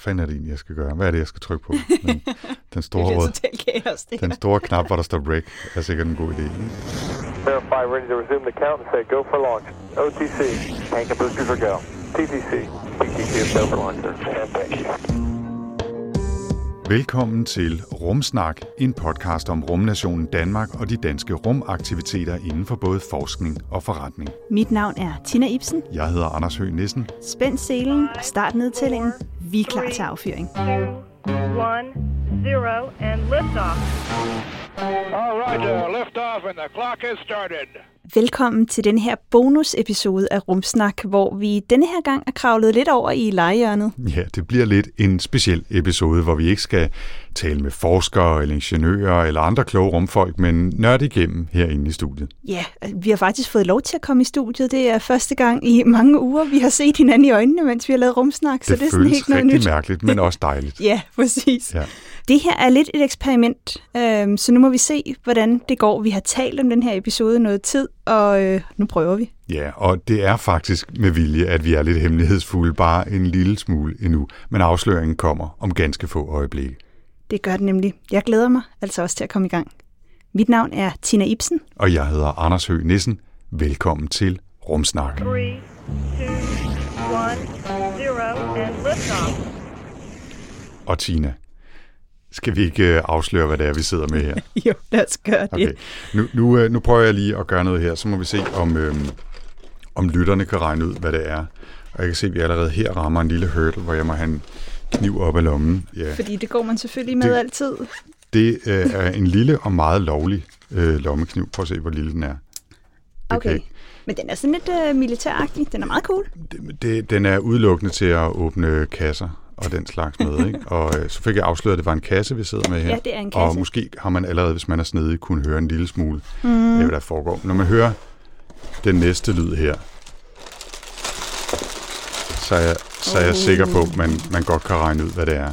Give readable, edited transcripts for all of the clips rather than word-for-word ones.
fanden er det egentlig, jeg skal gøre? Hvad er det, jeg skal trykke på? Men den store det er totalt kaos, det den store knap, hvor der står break, er sikkert en god idé. Verify, ready to resume the count and say go for launch. OTC, tank and boosters are go. TTC, PTC is go for launch, sir. And thank you. Velkommen til Rumsnak, en podcast om rumnationen Danmark og de danske rumaktiviteter inden for både forskning og forretning. Mit navn er Tina Ibsen. Jeg hedder Anders Høgh Nissen. Spænd selen og start nedtællingen. Vi er klar til affyring. 3, 2, 1, 0 and liftoff. All right, liftoff and the clock has started. Velkommen til den her bonusepisode af Rumsnak, hvor vi denne her gang er kravlet lidt over i legehjørnet. Ja, det bliver lidt en speciel episode, hvor vi ikke skal tale med forskere eller ingeniører eller andre kloge rumfolk, men nørde igennem herinde i studiet. Ja, vi har faktisk fået lov til at komme i studiet. Det er første gang i mange uger, vi har set hinanden i øjnene, mens vi har lavet Rumsnak, så det er sådan helt noget nyt. Det føles rigtig mærkeligt, men også dejligt. Ja, præcis. Ja. Det her er lidt et eksperiment, så nu må vi se, hvordan det går. Vi har talt om den her episode noget tid, og nu prøver vi. Ja, og det er faktisk med vilje, at vi er lidt hemmelighedsfulde, bare en lille smule endnu. Men afsløringen kommer om ganske få øjeblikke. Det gør det nemlig. Jeg glæder mig altså også til at komme i gang. Mit navn er Tina Ibsen. Og jeg hedder Anders Høgh Nissen. Velkommen til Rumsnak. 3, 2, 1, 0 and liftoff. Og Tina, skal vi ikke afsløre, hvad det er, vi sidder med her? Jo, lad os gøre det. Okay. Nu prøver jeg lige at gøre noget her, så må vi se, om lytterne kan regne ud, hvad det er. Og jeg kan se, at vi allerede her rammer en lille hurdle, hvor jeg må have en kniv op af lommen. Ja. Fordi det går man selvfølgelig med altid. Det er en lille og meget lovlig lommekniv. Prøv at se, hvor lille den er. Okay, men den er sådan lidt militæragtig. Den er meget cool. Den er udelukkende til at åbne kasser og den slags med, ikke? Og så fik jeg afsløret, at det var en kasse, vi sidder med her. Ja, det er en kasse. Og måske har man allerede, hvis man er snedig, kunne høre en lille smule af, hvad der foregår. Når man hører den næste lyd her, så er jeg sikker på, at man godt kan regne ud, hvad det er.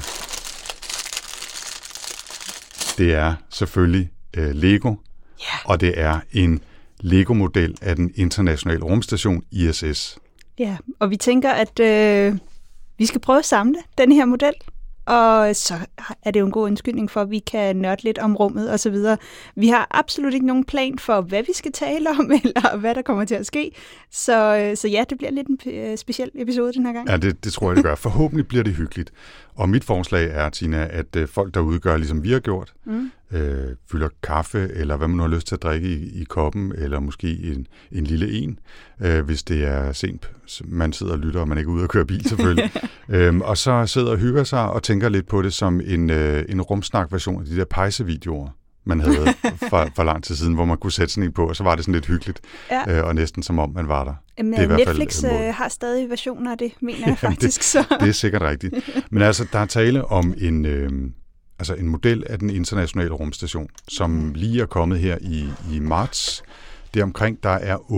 Det er selvfølgelig Lego, og det er en Lego-model af den internationale rumstation ISS. Ja, og vi tænker, at vi skal prøve at samle den her model, og så er det jo en god undskyldning for, at vi kan nørde lidt om rummet og så videre. Vi har absolut ikke nogen plan for, hvad vi skal tale om, eller hvad der kommer til at ske. Så ja, det bliver lidt en speciel episode den her gang. Ja, det tror jeg, det gør. Forhåbentlig bliver det hyggeligt. Og mit forslag er, Tina, at folk derude gør, ligesom vi har gjort, fylder kaffe, eller hvad man nu har lyst til at drikke i koppen, eller måske en lille en, hvis det er sent, man sidder og lytter, og man ikke er ude og køre bil selvfølgelig. Og så sidder og hygger sig og tænker lidt på det som en rumsnak-version af de der pejsevideoer, man havde for lang tid siden, hvor man kunne sætte sådan en på, og så var det sådan lidt hyggeligt, og næsten som om man var der. Men det er Netflix har stadig versioner af det, mener jeg faktisk. Det er sikkert rigtigt. Men altså, der er tale om en model af den internationale rumstation, som lige er kommet her i marts. Det omkring, der er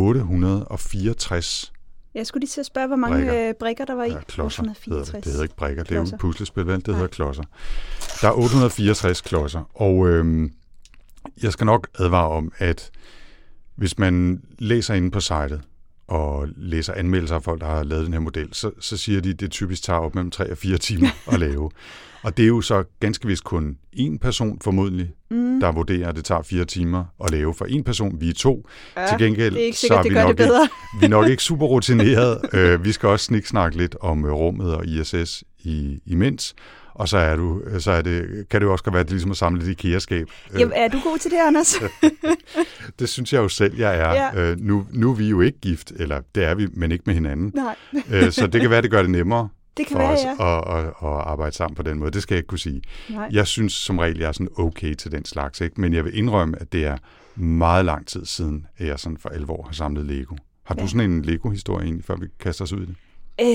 864. Jeg skulle lige til at spørge, hvor mange brikker der var i. Ja, klodser. 864. Det hedder ikke brikker, det er jo et puslespil, det hedder klodser. Der er 864 klodser, og jeg skal nok advare om, at hvis man læser inde på sitet, og læser anmeldelser af folk, der har lavet den her model, så siger de, at det typisk tager op mellem 3 og 4 timer at lave. Og det er jo så ganske vist kun én person formodentlig, der vurderer, at det tager 4 timer at lave. For en person, vi er 2. Ja, til gengæld, det er ikke sikkert, så er vi er nok ikke super rutineret. Vi skal også sniksnakke lidt om rummet og ISS imens. Og så kan det jo også være, at det ligesom at samle et IKEA-skab. Jamen, er du god til det, Anders? Det synes jeg jo selv, jeg er. Ja. Nu er vi jo ikke gift, eller det er vi, men ikke med hinanden. Nej. Så det kan være, det gør det nemmere for os at arbejde sammen på den måde. Det skal jeg ikke kunne sige. Nej. Jeg synes som regel, jeg er sådan okay til den slags, ikke? Men jeg vil indrømme, at det er meget lang tid siden, at jeg sådan for alvor har samlet Lego. Har du sådan en Lego-historie egentlig, før vi kaster os ud i det?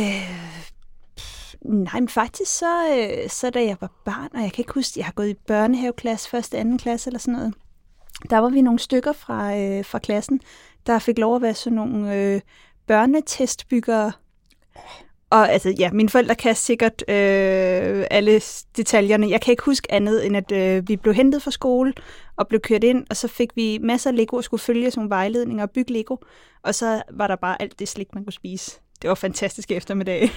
Nej, men faktisk så da jeg var barn, og jeg kan ikke huske, jeg har gået i børnehaveklasse, 1. og 2. klasse eller sådan noget, der var vi nogle stykker fra klassen, der fik lov at være sådan nogle børnetestbyggere. Og altså, ja, mine forældre kan sikkert alle detaljerne. Jeg kan ikke huske andet, end at vi blev hentet fra skole og blev kørt ind, og så fik vi masser af Lego og skulle følge sådan nogle vejledninger og bygge Lego. Og så var der bare alt det slik, man kunne spise. Det var fantastisk eftermiddag.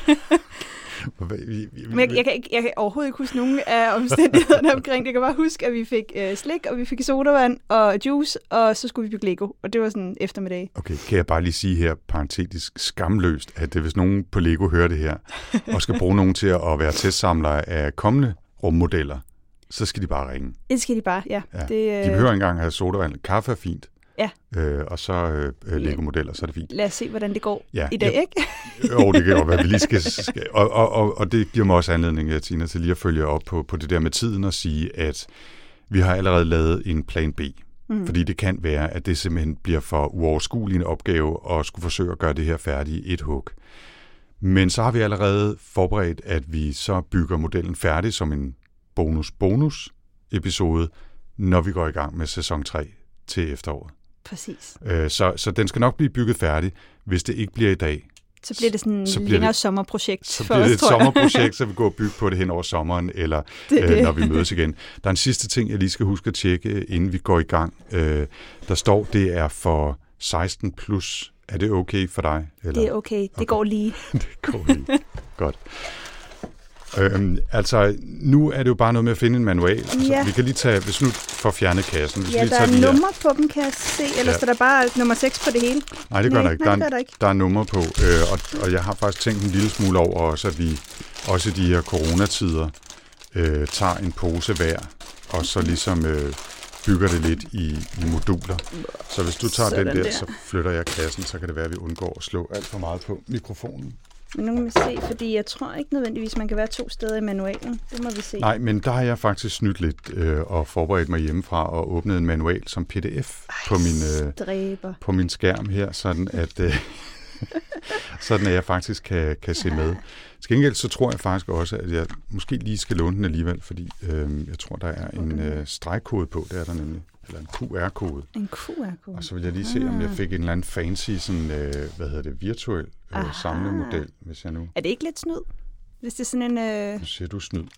Men jeg kan overhovedet ikke huske nogen af omstændighederne omkring. Jeg kan bare huske, at vi fik slik, og vi fik sodavand og juice, og så skulle vi bygge Lego. Og det var sådan en eftermiddag. Okay, kan jeg bare lige sige her, parentetisk skamløst, at hvis nogen på Lego hører det her, og skal bruge nogen til at være testsamlere af kommende rummodeller, så skal de bare ringe. Det skal de bare, ja. De behøver ikke engang have sodavand. Kaffe er fint. Ja. Og så Lego-modeller, så er det fint. Lad os se, hvordan det går i dag, ikke? Jo, det kan godt være, vi lige skal og det giver mig også anledning, Tina, til lige at følge op på det der med tiden og sige, at vi har allerede lavet en plan B. Fordi det kan være, at det simpelthen bliver for uoverskuelig en opgave at skulle forsøge at gøre det her færdigt i et hug. Men så har vi allerede forberedt, at vi så bygger modellen færdig som en bonus-episode, når vi går i gang med sæson 3 til efteråret. Præcis. Så den skal nok blive bygget færdig. Hvis det ikke bliver i dag, så bliver det sådan et længere sommerprojekt for os, Så bliver det et sommerprojekt, så vi går og bygge på det hen over sommeren, eller når vi mødes igen. Der er en sidste ting, jeg lige skal huske at tjekke, inden vi går i gang. Der står, det er for 16 plus. Er det okay for dig? Eller? Det er okay. Det går lige. Det går lige. Godt. Altså, nu er det jo bare noget med at finde en manual. Altså, vi kan lige tage, hvis nu får fjernet kassen. Ja, der er nummer på dem, kan jeg se. Ellers er der bare nummer 6 på det hele. Nej, det gør der ikke. Der er nummer på, og jeg har faktisk tænkt en lille smule over også, at vi også i de her coronatider tager en pose hver, og så ligesom bygger det lidt i moduler. Så hvis du tager den der, så flytter jeg kassen, så kan det være, at vi undgår at slå alt for meget på mikrofonen. Men nu kan vi se, fordi jeg tror ikke nødvendigvis, man kan være 2 steder i manualen. Det må vi se. Nej, men der har jeg faktisk snydt lidt og forberedt mig hjemmefra og åbnet en manual som pdf på min skærm her, sådan at jeg faktisk kan se med. Til gengæld så tror jeg faktisk også, at jeg måske lige skal låne den alligevel, fordi jeg tror, der er en stregkode på, det er der nemlig. Eller en QR-kode. En QR-kode. Og så vil jeg lige se, om jeg fik en eller anden fancy sådan, virtuel samlemodel, hvis jeg nu... Er det ikke lidt snyd? Hvis det er sådan en... Nu siger du snyd.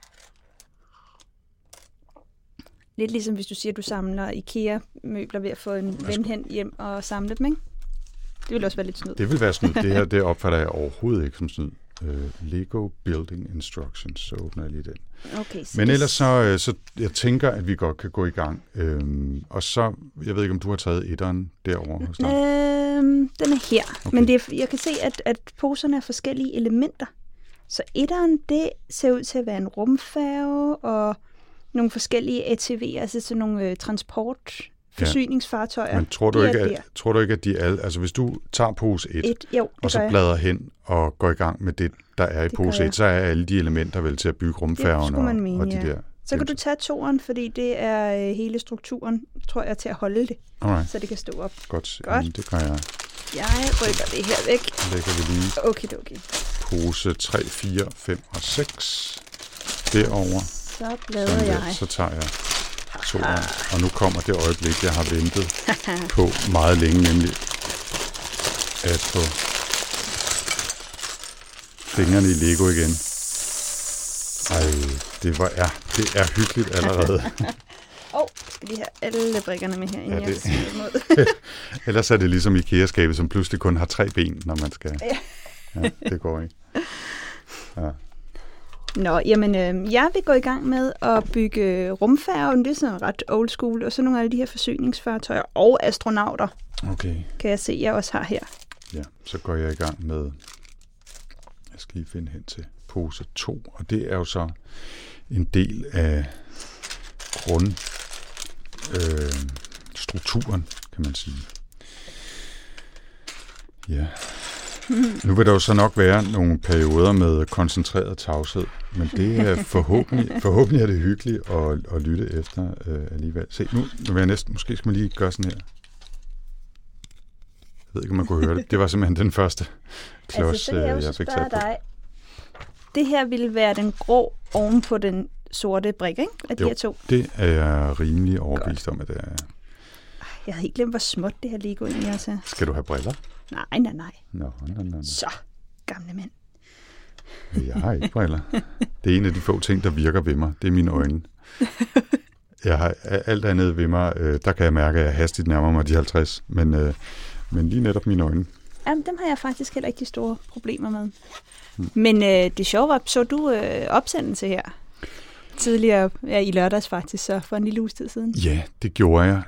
Lidt ligesom hvis du siger, at du samler IKEA-møbler ved at få en ven hen hjem og samle dem, ikke? Det vil også være lidt snyd. Det vil være snyd. Det her, det opfatter jeg overhovedet ikke som snyd. Lego Building Instructions, så åbner jeg lige den. Okay, men ellers så jeg tænker, at vi godt kan gå i gang. Og så, jeg ved ikke, om du har taget etteren derovre hos dig? Den er her. Okay. Men jeg kan se, at poserne er forskellige elementer. Så etteren, det ser ud til at være en rumfærge og nogle forskellige ATV'er, altså sådan nogle forsyningsfartøjer. Men tror du ikke, at de alle... Altså, hvis du tager pose 1, og så bladrer hen og går i gang med det, der er i pose 1, så er alle de elementer vel til at bygge rumfærgen og de der... Så kan du tage 2'eren, fordi det er hele strukturen, tror jeg, til at holde det, så det kan stå op. Godt. Jamen, det gør jeg. Jeg rykker det her væk. Lægger vi lige Okay. Pose 3, 4, 5 og 6 derovre. Så bladrer jeg. Så tager jeg 2'eren. Og nu kommer det øjeblik, jeg har ventet på meget længe, nemlig at få fingrene i Lego igen. Ej, det er hyggeligt allerede. Skal lige have alle brikkerne med her, inden jeg siger imod. Ellers er det ligesom IKEA-skabet, som pludselig kun har 3 ben, når man skal... Ja, det går ikke. Ja. Nå, jamen, jeg vil gå i gang med at bygge rumfærgen. Det er sådan ret old school. Og så nogle af de her forsyningsfartøjer og astronauter. Okay. Kan jeg se, jeg også har her. Ja, så går jeg i gang med... Jeg skal lige finde hen til pose 2. Og det er jo så en del af grundstrukturen, kan man sige. Ja. Nu vil der jo så nok være nogle perioder med koncentreret tavshed, men det er forhåbentlig er det hyggeligt at lytte efter alligevel. Se, nu vil jeg måske skal man lige gøre sådan her. Jeg ved ikke, om man kunne høre det. Det var simpelthen den første klods, jeg fik sat på. Det her ville være den grå oven på den sorte brik, ikke? Af de her 2. Det er jeg rimelig overbevist om, at det er. Jeg havde ikke glemt, hvor småt det her Lego egentlig er til. Skal du have briller? Nej. Nå. Så, gamle mand. Jeg har ikke briller. Det er en af de få ting, der virker ved mig. Det er mine øjne. Jeg har alt andet ved mig. Der kan jeg mærke, at jeg hastigt nærmer mig de 50. Men lige netop mine øjne. Jamen, dem har jeg faktisk heller ikke de store problemer med. Men det sjove var, så du opsendelse her tidligere, i lørdags faktisk, så for en lille uges tid siden. Ja, det gjorde jeg.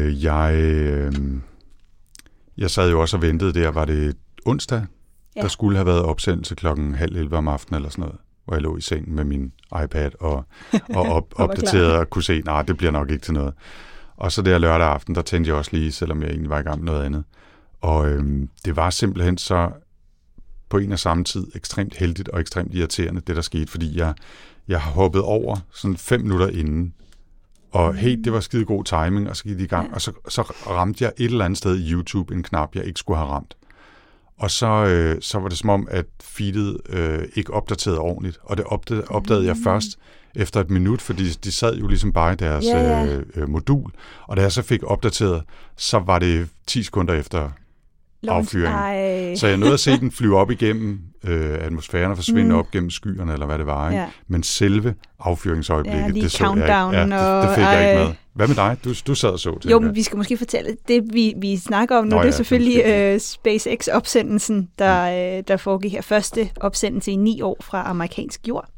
Jeg sad jo også og ventede der, var det onsdag, der skulle have været opsendelse 10:30 om aftenen eller sådan noget, hvor jeg lå i sengen med min iPad og opdaterede og kunne se, nej, det bliver nok ikke til noget. Og så der lørdag aften, der tændte jeg også lige, selvom jeg egentlig var i gang med noget andet. Og det var simpelthen så på en og samme tid ekstremt heldigt og ekstremt irriterende, det der skete, fordi jeg har hoppet over sådan 5 minutter inden, og det var skide god timing, og så gik det i gang, og så ramte jeg et eller andet sted i YouTube en knap, jeg ikke skulle have ramt. Og så var det som om, at feedet ikke opdaterede ordentligt, og det opdagede jeg først efter et minut, fordi de sad jo ligesom bare i deres modul, og da jeg så fik opdateret, så var det 10 sekunder efter affyringen. Så jeg nåede at se den flyve op igennem atmosfæren og forsvinde op gennem skyerne, eller hvad det var. Ikke? Ja. Men selve affyringsøjeblikket, det så jeg ikke. Det fik jeg ikke med. Hvad med dig? Du sad og så til. Jo, men vi skal måske fortælle, det vi snakker om nu, det er selvfølgelig SpaceX-opsendelsen, der foregik her. Første opsendelse i 9 år fra amerikansk jord.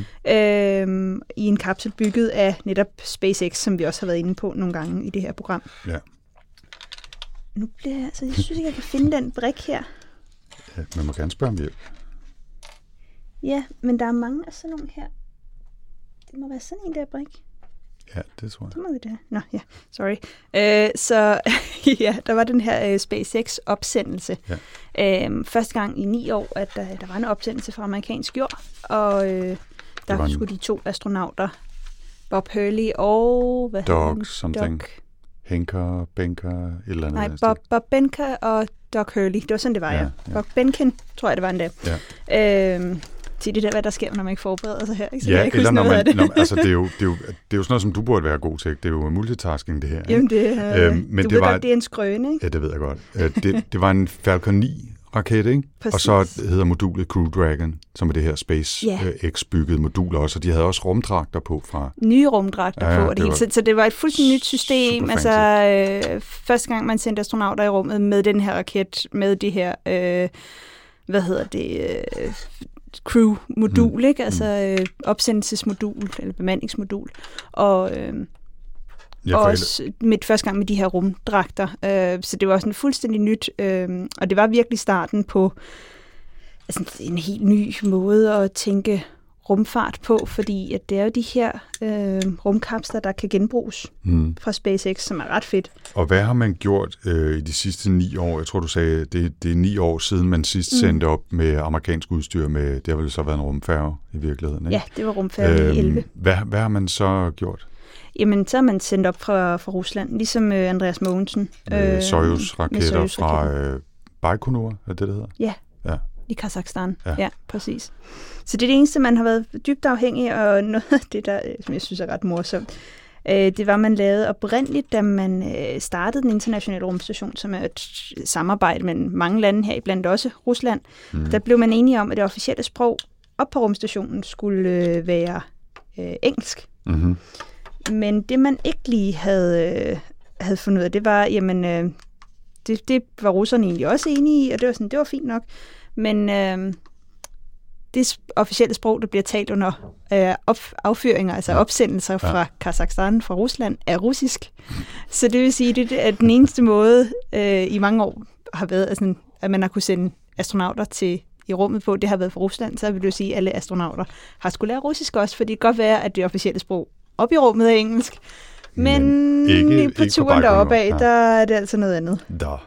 I en kapsel bygget af netop SpaceX, som vi også har været inde på nogle gange i det her program. Ja. Nu bliver jeg synes ikke, jeg kan finde den brik her. Ja, man må gerne spørge om hjælp. Ja, men der er mange af sådan nogle her. Det må være sådan en der brik. Ja, det tror jeg. Det må vi da. Nå, ja, sorry. Så ja, der var den her SpaceX-opsendelse. Ja. Første gang i 9 år, at der var en opsendelse fra amerikansk jord, og der skulle de 2 astronauter, Bob Hurley og... Doug something. Henker, Benker, et eller andet. Nej, Bob Benker og Doug Hurley. Det var sådan, det var, ja. Bob Benken, tror jeg, det var en dag. Ja. Til det der, hvad der sker, når man ikke forbereder sig her. Ikke? Så ja, eller når man... altså, det er jo sådan noget, som du burde være god til. Det er jo multitasking, det her. Jamen, men du ved godt, det er en skrøne, ikke? Ja, det ved jeg godt. Det var en Falcon 9 raket, ikke? Præcis. Og så hedder modulet Crew Dragon, som er det her SpaceX-byggede modul også, og de havde også rumdragter på fra... Nye rumdragter på, så det var et fuldstændig nyt system. Altså, første gang man sendte astronauter i rummet med den her raket, med det her, crew-modul, ikke? Altså opsendelsesmodul, eller bemandingsmodul, og også mit første gang med de her rumdragter. Så det var sådan fuldstændig nyt, og det var virkelig starten på en helt ny måde at tænke rumfart på, fordi at det er jo de her rumkapsler, der kan genbruges fra SpaceX, som er ret fedt. Og hvad har man gjort i de sidste 9 år? Jeg tror, du sagde, det er 9 år siden, man sidst sendte op med amerikansk udstyr. Det har vel så været en rumfærge i virkeligheden, ikke? Ja, det var rumfærge i 11. Hvad har man så gjort? Jamen, så har man sendt op fra Rusland, ligesom Andreas Mogensen. Soyuz-raketter fra Baikonur, er det hedder? Ja. I Kazakhstan. Ja, præcis. Så det er det eneste, man har været dybt afhængig, og noget af det, der, som jeg synes er ret morsomt, det var, man lavede oprindeligt, da man startede den internationale rumstation, som er et samarbejde mellem mange lande her, blandt også Rusland. Der blev man enige om, at det officielle sprog op på rumstationen skulle være engelsk. Mm-hmm. Men det, man ikke lige havde fundet ud af, det var, jamen, det var russerne egentlig også enige i, og det var fint nok. Men det officielle sprog, der bliver talt under affyringer, altså opsendelser fra Kazakhstan, fra Rusland, er russisk. Så det vil sige, at den eneste måde i mange år har været, altså, at man har kunne sende astronauter i rummet på, det har været fra Rusland, så vil det sige, at alle astronauter har skulle lære russisk også, for det kan godt være, at det officielle sprog op i rummet er engelsk. Men ikke på turen deroppe af, der er det altså noget andet.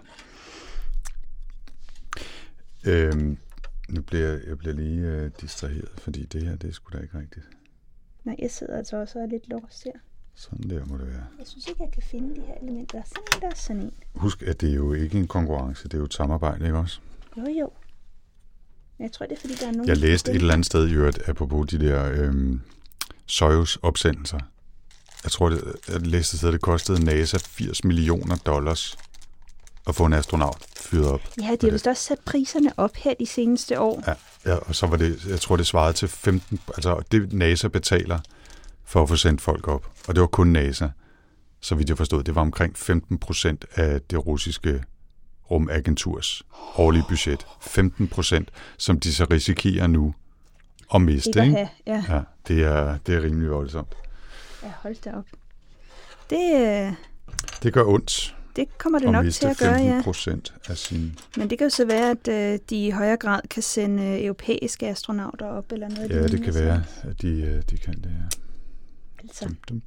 Nu bliver jeg lige distraheret, fordi det her, det er sgu da ikke rigtigt. Nej, jeg sidder altså også og er lidt lost her. Sådan der må det være. Jeg synes ikke, jeg kan finde de her elementer. Der er sådan en. Husk, at det er jo ikke en konkurrence, det er jo et samarbejde, ikke også? Jo. Jeg tror, det er, fordi der er nogen... Jeg læste et eller andet sted i øvrigt, apropos de der Soyuz-opsendelser. Jeg tror, jeg læste et sted, det kostede NASA $80 millioner at få en astronaut fyret op. Ja, de har vist også sat priserne op her de seneste år. Ja, og så var det, jeg tror, det svarede til 15, altså det NASA betaler for at få sendt folk op. Og det var kun NASA, så vidt jeg forstod. Det var omkring 15% af det russiske rumagenturs årlige budget. 15%, som de så risikerer nu at miste. Ikke? Ja, det er rimelig voldsomt. Ja, hold da op. Det gør ondt. Det kommer det nok til at gøre, ja. 15% af sin... Men det kan jo så være, at de i højere grad kan sende europæiske astronauter op, eller noget. Ja, det kan være, at de kan det, ja. Altså.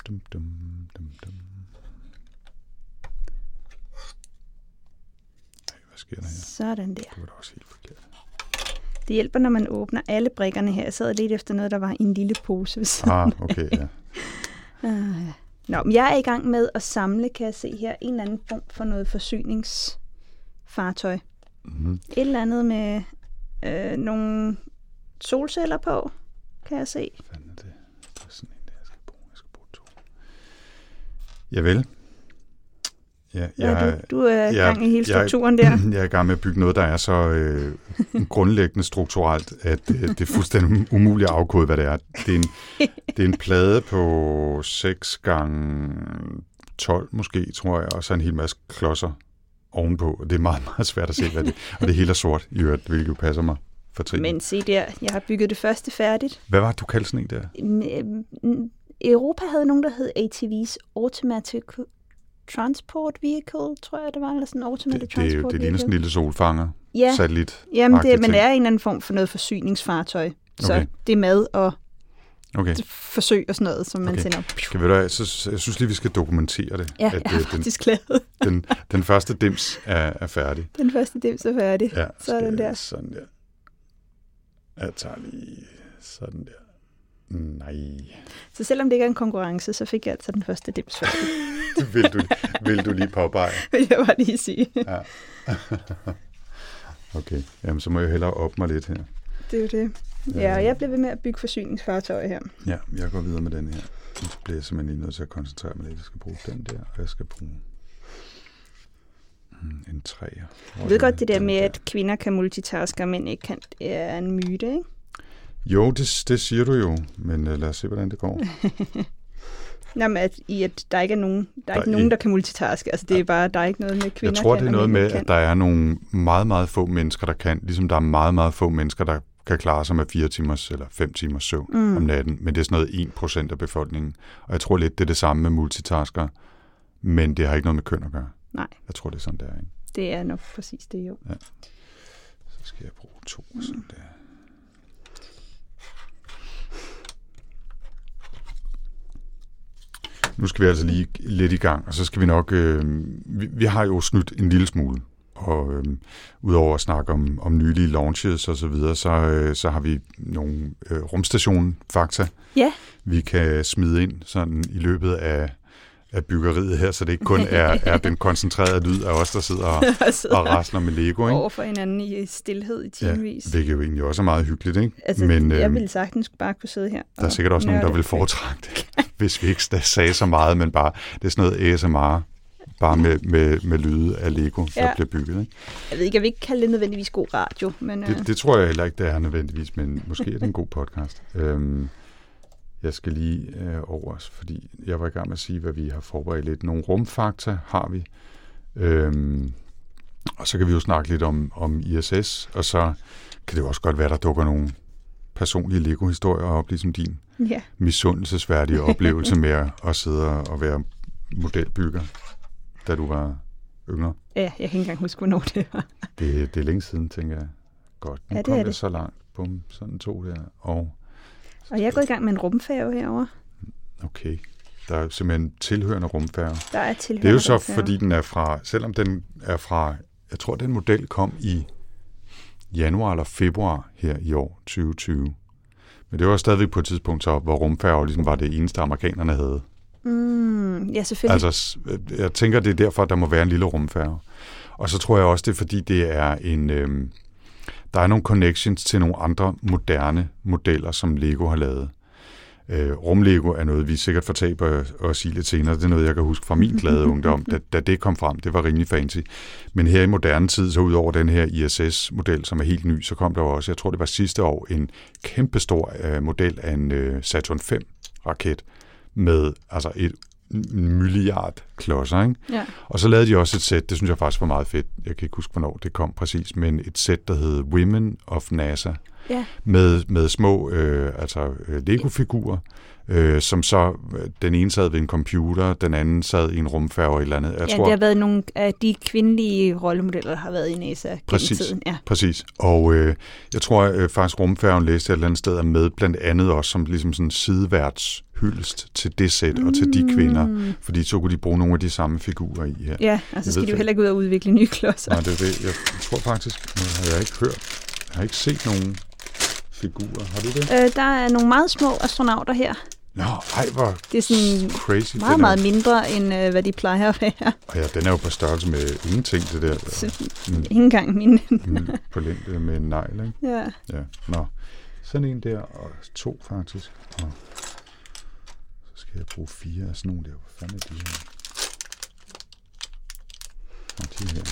Hvad sker der her? Sådan der. Det var da også helt forkert. Det hjælper, når man åbner alle brikkerne her. Jeg sad lidt efter noget, der var i en lille pose ved siden. Okay, ja. Nå, men jeg er i gang med at samle, kan jeg se her, en eller anden form for noget forsyningsfartøj. Mm-hmm. Et eller andet med nogle solceller på, kan jeg se. Hvad fanden er det? Det er sådan en, der jeg skal bruge 2. Javel. Ja, du er i gang i hele strukturen der. Jeg er i gang med at bygge noget, der er så grundlæggende strukturelt, at det er fuldstændig umuligt at afkode, hvad det er. Det er en plade på 6 gange 12 måske, tror jeg, og så en hel masse klodser ovenpå. Og det er meget, meget svært at se, hvad det er. Og det hele er sort i øvrigt, hvilket jo passer mig for trin. Men se der, jeg har bygget det første færdigt. Hvad var det, du kaldte sådan en der? Europa havde nogen, der hed ATV's Automatic Transport Vehicle, tror jeg, det var, eller sådan en Automatic Transport Vehicle. Det ligner sådan en lille solfanger, satellit. Jamen, men det er en eller anden form for noget forsyningsfartøj. Så det er mad og forsøg og sådan noget, som man sender op. Skal vi jeg synes lige, vi skal dokumentere det. Ja, jeg er faktisk glad. Den første dims er færdig. Den første dims er færdig. Ja, sådan der. Sådan der. Jeg tager lige sådan der. Nej. Så selvom det ikke er en konkurrence, så fik jeg altså den første dims færdig. vil du lige påpege? Vil jeg bare lige sige. Ja. Okay, jamen så må jeg hellere op mig lidt her. Det er jo det. Ja, og jeg bliver ved med at bygge forsyningsfartøjer her. Ja, jeg går videre med den her. Nu bliver jeg simpelthen lige nødt til at koncentrere mig lidt. Jeg skal bruge den der, og jeg skal bruge en træer. Jeg ved godt det der med, at kvinder kan multitaske, og mænd ikke kan, er en myte, ikke? Jo, det siger du jo, men lad os se, hvordan det går. Jamen, at der ikke er nogen, der kan multitaske. Altså, det er bare, der er ikke noget med kvinder. Jeg tror, det er noget med, at der er nogle meget, meget få mennesker, der kan. Ligesom der er meget, meget få mennesker, der kan klare sig med 4 timers eller 5 timers søvn om natten. Men det er sådan noget 1% af befolkningen. Og jeg tror lidt, det er det samme med multitaskere. Men det har ikke noget med køn at gøre. Nej. Jeg tror, det er sådan, det er, ikke? Det er nok præcis det, jo. Ja. Så skal jeg bruge 2 og sådan der. Nu skal vi altså lige lidt i gang, og så skal vi nok... vi har jo snydt en lille smule, og udover at snakke om nylige launches og så videre, så har vi nogle rumstation-fakta, vi kan smide ind sådan i løbet af byggeriet her, så det ikke kun er den koncentrerede lyd af os, der sidder og rasler med Lego. Ikke? Over for hinanden i stilhed i timevis. Ja, det er jo egentlig også meget hyggeligt, ikke? Altså, men, jeg ville sagtens bare kunne sidde her. Der er sikkert også nogen, der vil foretrække det, hvis vi ikke sagde så meget, men bare, det er sådan noget ASMR, bare med lyde af Lego, der bliver bygget. Ikke? Jeg ved ikke, jeg vil ikke kalde det nødvendigvis god radio. Men, det tror jeg heller ikke, det er nødvendigvis, men måske er det en god podcast. Jeg skal lige over os, fordi jeg var i gang med at sige, hvad vi har forberedt lidt. Nogle rumfakta har vi. Og så kan vi jo snakke lidt om ISS, og så kan det jo også godt være, der dukker nogle personlige Lego-historier op, ligesom din misundelsesværdige oplevelse med at sidde og være modelbygger, da du var yngre. Ja, jeg kan ikke engang huske, hvornår det var. Det er længe siden, tænker jeg. Godt, nu kom jeg så langt. Bum, sådan 2 der. Og jeg er gået i gang med en rumfærge herovre. Okay. Der er simpelthen tilhørende rumfærge. Der er tilhørende. Det er jo så, fordi den er fra, selvom den er fra, jeg tror, den model kom i januar eller februar her i år, 2020. Men det var stadigvæk på et tidspunkt, så, hvor rumfærge ligesom var det eneste, amerikanerne havde. Ja, selvfølgelig. Altså, jeg tænker, det er derfor, at der må være en lille rumfærge. Og så tror jeg også, det er, fordi det er en... der er nogle connections til nogle andre moderne modeller, som Lego har lavet. Rumlego er noget, vi sikkert får tag på at sige lidt senere. Det er noget, jeg kan huske fra min glade ungdom, da det kom frem. Det var rimelig fancy. Men her i moderne tid, så ud over den her ISS-model, som er helt ny, så kom der også, jeg tror det var sidste år, en kæmpestor model af en Saturn V-raket med altså et milliard klodser, ikke? Ja. Og så lavede de også et sæt, det synes jeg faktisk var meget fedt. Jeg kan ikke huske, hvornår det kom præcis, men et sæt, der hed Women of NASA. Ja. Med små Lego-figurer, som så den ene sad ved en computer, den anden sad i en rumfærge og et eller andet. Jeg tror, det har været nogle af de kvindelige rollemodeller, der har været i NASA gennem tiden. Ja. Præcis. Og jeg tror faktisk rumfærgen læste et eller andet sted er med, blandt andet også som ligesom sådan sideværts hyldest til det sæt og til de kvinder, fordi så kunne de bruge nogle af de samme figurer i her. Ja, og så skal de jo heller ikke ud og udvikle nye klodser. Nej, det er det. Jeg tror faktisk, nu har jeg ikke hørt, jeg har ikke set nogen figurer. Har du det? Der er nogle meget små astronauter her. Nå, ej, hvor det er sådan crazy. Meget, meget mindre, end hvad de plejer at være. Og ja, den er jo på størrelse med ingenting, det der. Ikke engang min. På længde med en negl, ikke? Ja. Ja, nå. Sådan en der, og 2 faktisk. Og så skal jeg bruge 4 af sådan nogle der. Hvor fanden er de her? Og de her.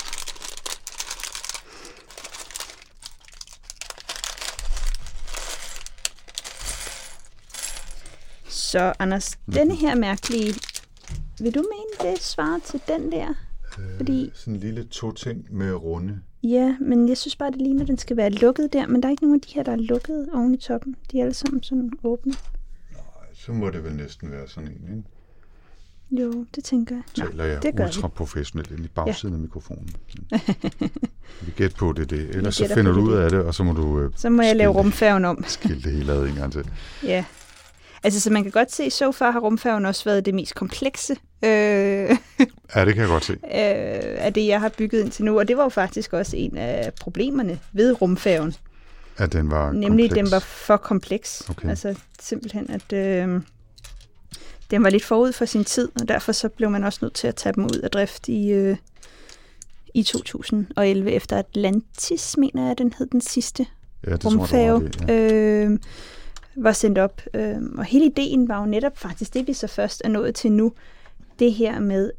Så Anders, denne her mærkelige, vil du mene, det svarer til den der? Fordi sådan en lille 2-ting med runde. Ja, men jeg synes bare, det ligner, at den skal være lukket der, men der er ikke nogen af de her, der er lukket oven i toppen. De er alle sammen sådan åbne. Nej, så må det vel næsten være sådan en, ikke? Jo, det tænker jeg. Taler jeg ultra professionelt ind i bagsiden af mikrofonen. Vi gætter på det. Ellers så finder du ud af det, og så må du... så må jeg lave rumfærgen om. Skille det hele ad en gang til. Ja. Altså, så man kan godt se, så far har rumfærgen også været det mest komplekse. Ja, det kan jeg godt se. Af det, jeg har bygget indtil nu. Og det var jo faktisk også en af problemerne ved rumfærgen. At den var nemlig, kompleks? Den var for kompleks. Okay. Altså simpelthen, at den var lidt forud for sin tid, og derfor så blev man også nødt til at tage dem ud af drift i 2011, efter Atlantis, mener jeg, den hed den sidste rumfærge. Var sendt op. Og hele ideen var jo netop faktisk det, vi så først er nået til nu. Det her med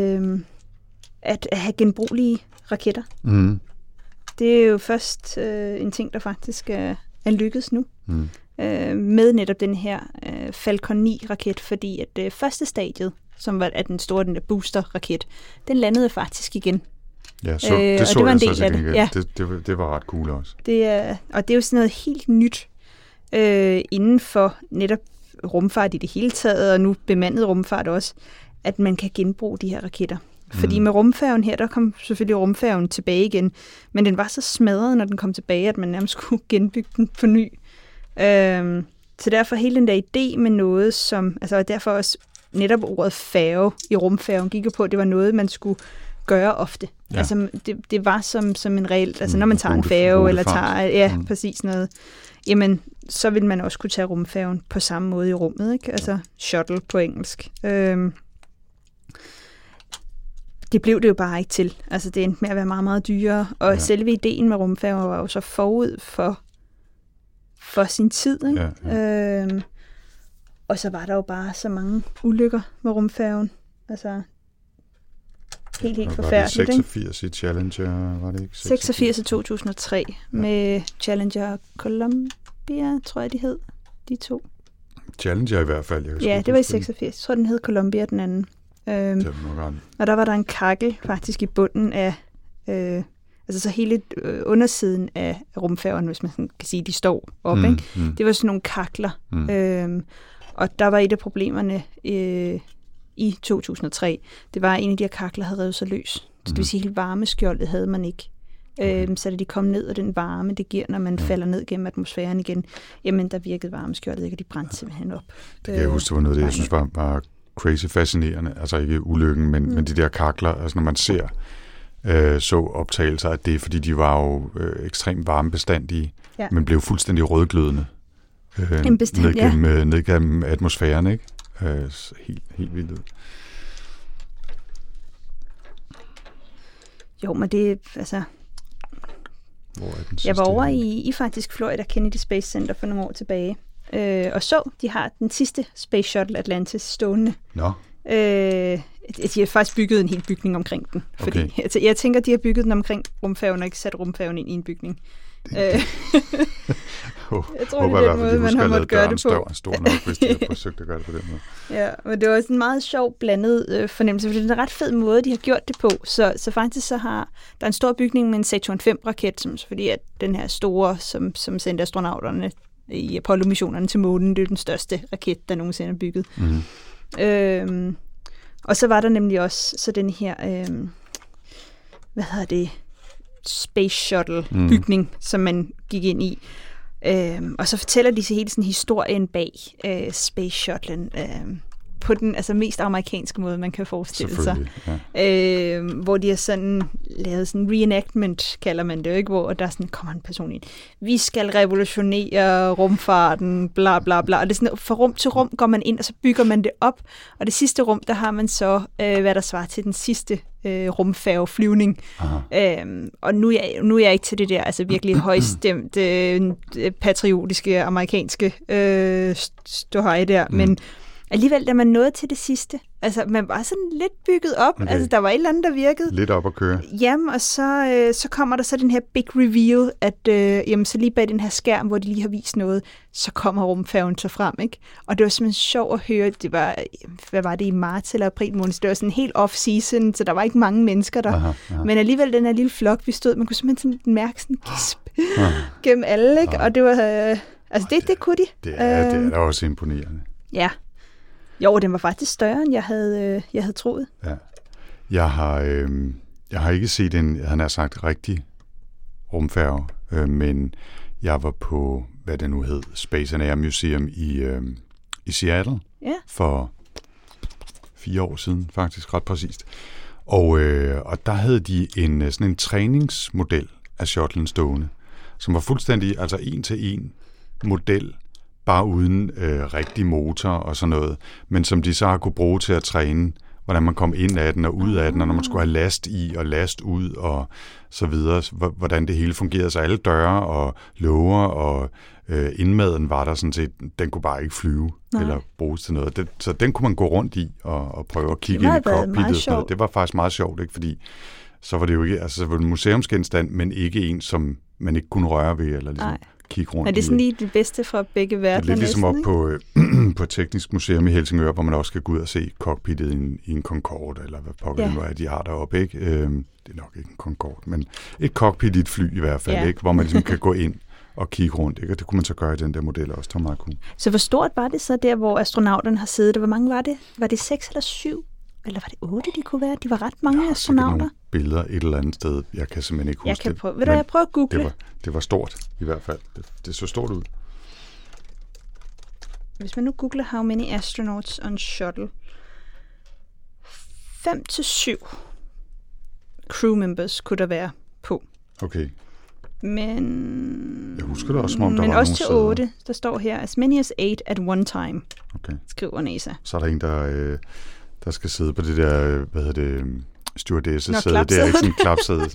at have genbrugelige raketter. Mm. Det er jo først en ting, der faktisk er lykkedes nu. Mm. Med netop den her Falcon 9-raket, fordi at første stadiet, som var den store den der booster-raket, den landede faktisk igen. Ja, så det så det var en jeg del så af det. Ja. Det var ret cool også. Og det er jo sådan noget helt nyt inden for netop rumfart i det hele taget, og nu bemandet rumfart også, at man kan genbruge de her raketter. Fordi med rumfærgen her, der kom selvfølgelig rumfærgen tilbage igen, men den var så smadret, når den kom tilbage, at man nærmest skulle genbygge den på ny. Så derfor hele den der idé med noget, som, altså derfor også netop ordet færge i rumfærgen gik på, det var noget, man skulle gøre ofte. Ja. Altså det var som en regel, altså når man tager en færge, eller tager, præcis noget, jamen, så vil man også kunne tage rumfærgen på samme måde i rummet, ikke? Altså shuttle på engelsk. Det blev det jo bare ikke til. Altså det endte med at være meget, meget dyrere. Og selve ideen med rumfærger var jo så forud for sin tid, ikke? Ja. Og så var der jo bare så mange ulykker med rumfærgen. Altså helt forfærdeligt. Var det 86 i Challenger, var det ikke? 86 i 2003 med Challenger Columbia, tror jeg, de hed, de 2. Challenger i hvert fald. Det var i 86. Jeg tror, den hed Columbia, den anden. Og der var der en kakkel faktisk i bunden af, altså så hele undersiden af rumfærgen, hvis man kan sige, de står op, ikke? Det var sådan nogle kakler. Og der var et af problemerne i 2003. Det var, at en af de her kakler havde revet sig løs. Så det vil sige, at hele varmeskjoldet havde man ikke. Så da de kom ned, og den varme, det giver, når man falder ned gennem atmosfæren igen, jamen der virkede varmeskjoldet ikke, og de brændte simpelthen op. Det kan jeg huske, det var noget af det, jeg synes var crazy fascinerende. Altså ikke ulykken, men de der kakler, altså når man ser så optagelser, at det er, fordi de var jo ekstremt varmebestandige, men blev fuldstændig rødglødende ned gennem atmosfæren, ikke? Helt vildt. Jo, men det altså... Hvor er den jeg var over i faktisk Florida Kennedy Space Center for nogle år tilbage, og så, de har den sidste Space Shuttle Atlantis stående. Nå. De har faktisk bygget en hel bygning omkring den. Fordi jeg tænker, de har bygget den omkring rumfærgen, og ikke sat rumfærgen ind i en bygning. Jeg tror, håber det er den måde, man har måttet gøre det på. Stor nok, hvis de har forsøgt at gøre det på den måde. Ja, men det var også en meget sjov blandet fornemmelse, fordi det er en ret fed måde, de har gjort det på. Så faktisk så har der en stor bygning med en Saturn V-raket, som fordi at den her store, som sendte astronauterne i Apollo-missionerne til månen, det er den største raket, der nogensinde er bygget. Mm. Og så var der nemlig også så den her, Space Shuttle-bygning, som man gik ind i. Og så fortæller de sig hele sådan historien bag Space Shuttlen på den mest amerikanske måde, man kan forestille sig. Ja. Hvor de har sådan lavet sådan reenactment, kalder man det, ikke? Hvor der sådan kommer en person ind. Vi skal revolutionere rumfarten, bla bla bla. Og det er sådan, fra rum til rum går man ind, og så bygger man det op. Og det sidste rum, der har man så, hvad der svarer til den sidste rumfærgeflyvning. Og nu er jeg ikke til det der virkelig højstemt patriotiske amerikanske ståhej der, men alligevel, da man nåede til det sidste, man var sådan lidt bygget op, okay. Der var et eller andet, der virkede. Lidt op at køre. Jamen, og så kommer der så den her big reveal, at så lige bag den her skærm, hvor de lige har vist noget, så kommer rumfærgen så frem, ikke? Og det var simpelthen sjovt at høre, det var, hvad var det, i marts eller april måned, det var sådan helt off-season, så der var ikke mange mennesker der. Aha. Men alligevel, den her lille flok, vi stod, man kunne simpelthen sådan mærke sådan gisp gennem alle, ikke? Og det var, det kunne de. Det er da også imponerende. Ja. Jo, den var faktisk større, end jeg havde troet. Ja. Jeg har ikke set en, han har sagt, rigtig rumfærge, men jeg var på, hvad det nu hed, Space and Air Museum i Seattle for 4 år siden, faktisk ret præcist. Og der havde de sådan en træningsmodel af shuttlen stående, som var fuldstændig, en til en model, bare uden rigtig motor og sådan noget, men som de så har kunne bruge til at træne, hvordan man kom ind af den og ud af den, og når man skulle have last i og last ud og så videre, hvordan det hele fungerede. Så alle døre og låger og indmaden var der sådan set, den kunne bare ikke flyve eller bruges til noget. Så den kunne man gå rundt i og prøve at kigge ind i cockpittet. Det var faktisk meget sjovt, ikke? Fordi så var det jo ikke, så var det en museumsgenstand, men ikke en, som man ikke kunne røre ved, eller ligesom kigge rundt. Er det sådan lige det bedste fra begge verdener? Det er lidt ligesom op på Teknisk Museum i Helsingør, hvor man også skal gå ud og se cockpittet i en Concorde, eller hvad pokker det nu er, de har deroppe, ikke? Det er nok ikke en Concorde, men et cockpit i et fly i hvert fald, ikke? Hvor man ligesom kan gå ind og kigge rundt, ikke? Og det kunne man så gøre i den der model også, det var meget cool. Så hvor stort var det så der, hvor astronauterne har siddet? Hvor mange var det? Var det 6 eller 7? Eller var det 8, de kunne være? De var ret mange astronauter. Nogle billeder et eller andet sted. Jeg kan simpelthen ikke huske det. Jeg prøver at google. Det var stort i hvert fald. Det så stort ud. Hvis man nu googler, how many astronauts on shuttle? 5 til 7 crew members kunne der være på. Okay. Men jeg husker det også, som om der var også til 8. Der står her, as many as 8 at one time. Okay. Skriver NASA. Så er der en, der skal sidde på det der, stewardesse-sæde. Det er ikke sådan en klapsæde.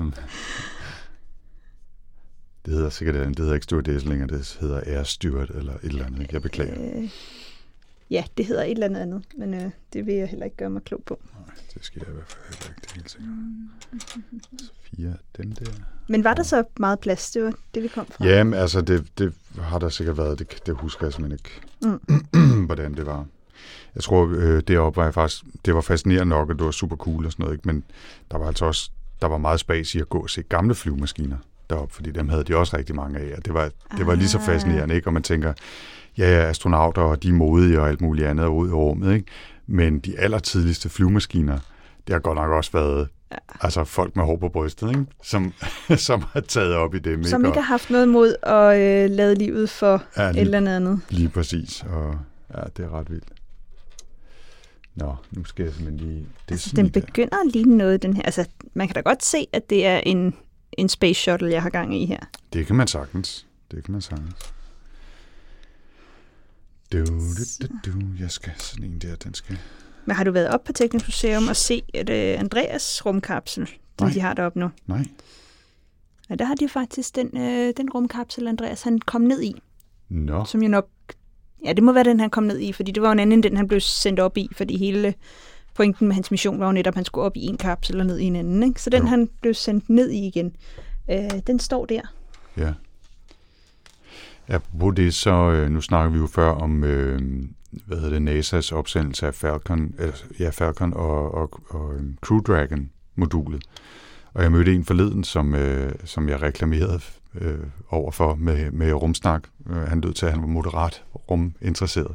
Det hedder sikkert det hedder ikke stewardesse længere, det hedder air steward eller et eller andet. Jeg beklager. Ja, det hedder et eller andet, men det vil jeg heller ikke gøre mig klog på. Nej, det skal jeg i hvert fald heller ikke, det er helt sikkert. Så 4 af dem der. Men var der så meget plads? Det var det, vi kom fra. Jamen, det har der sikkert været. Det husker jeg simpelthen ikke, hvordan det var. Jeg tror, deroppe var det var fascinerende nok, at det var super cool og sådan noget, ikke? Men der var altså også, meget spas i at gå og se gamle flyvemaskiner deroppe, fordi dem havde de også rigtig mange af, og det var lige så fascinerende, ikke? Og man tænker, astronauter, og de er modige og alt muligt andet ude i rummet, ikke? Men de allertidligste flyvemaskiner, det har godt nok også været folk med hår på brystet, ikke? Som har taget op i dem. Som ikke har haft noget mod at lade livet for et eller andet. Lige præcis, og det er ret vildt. Nå, nu skal jeg simpelthen lige... den begynder at ligne noget, den her. Man kan da godt se, at det er en space shuttle, jeg har gang i her. Det kan man sagtens. Jeg skal sådan en der, den skal... Men har du været op på Teknisk Museum og se Andreas rumkapsel, de har deroppe nu? Nej. Ja, der har de faktisk den rumkapsel, Andreas, han kom ned i. Nå. Som jo nok... Ja, det må være den, han kom ned i, fordi det var jo en anden end den, han blev sendt op i, fordi hele pointen med hans mission var jo netop, at han skulle op i en kapsel og ned i en anden, ikke? Så den, han blev sendt ned i igen, den står der. Ja. Apropos det, så nu snakker vi jo før om NASA's opsendelse af Falcon og Crew Dragon-modulet. Og jeg mødte en forleden, som jeg reklamerede overfor med rumsnak. Han lød til, at han var moderat ruminteresseret.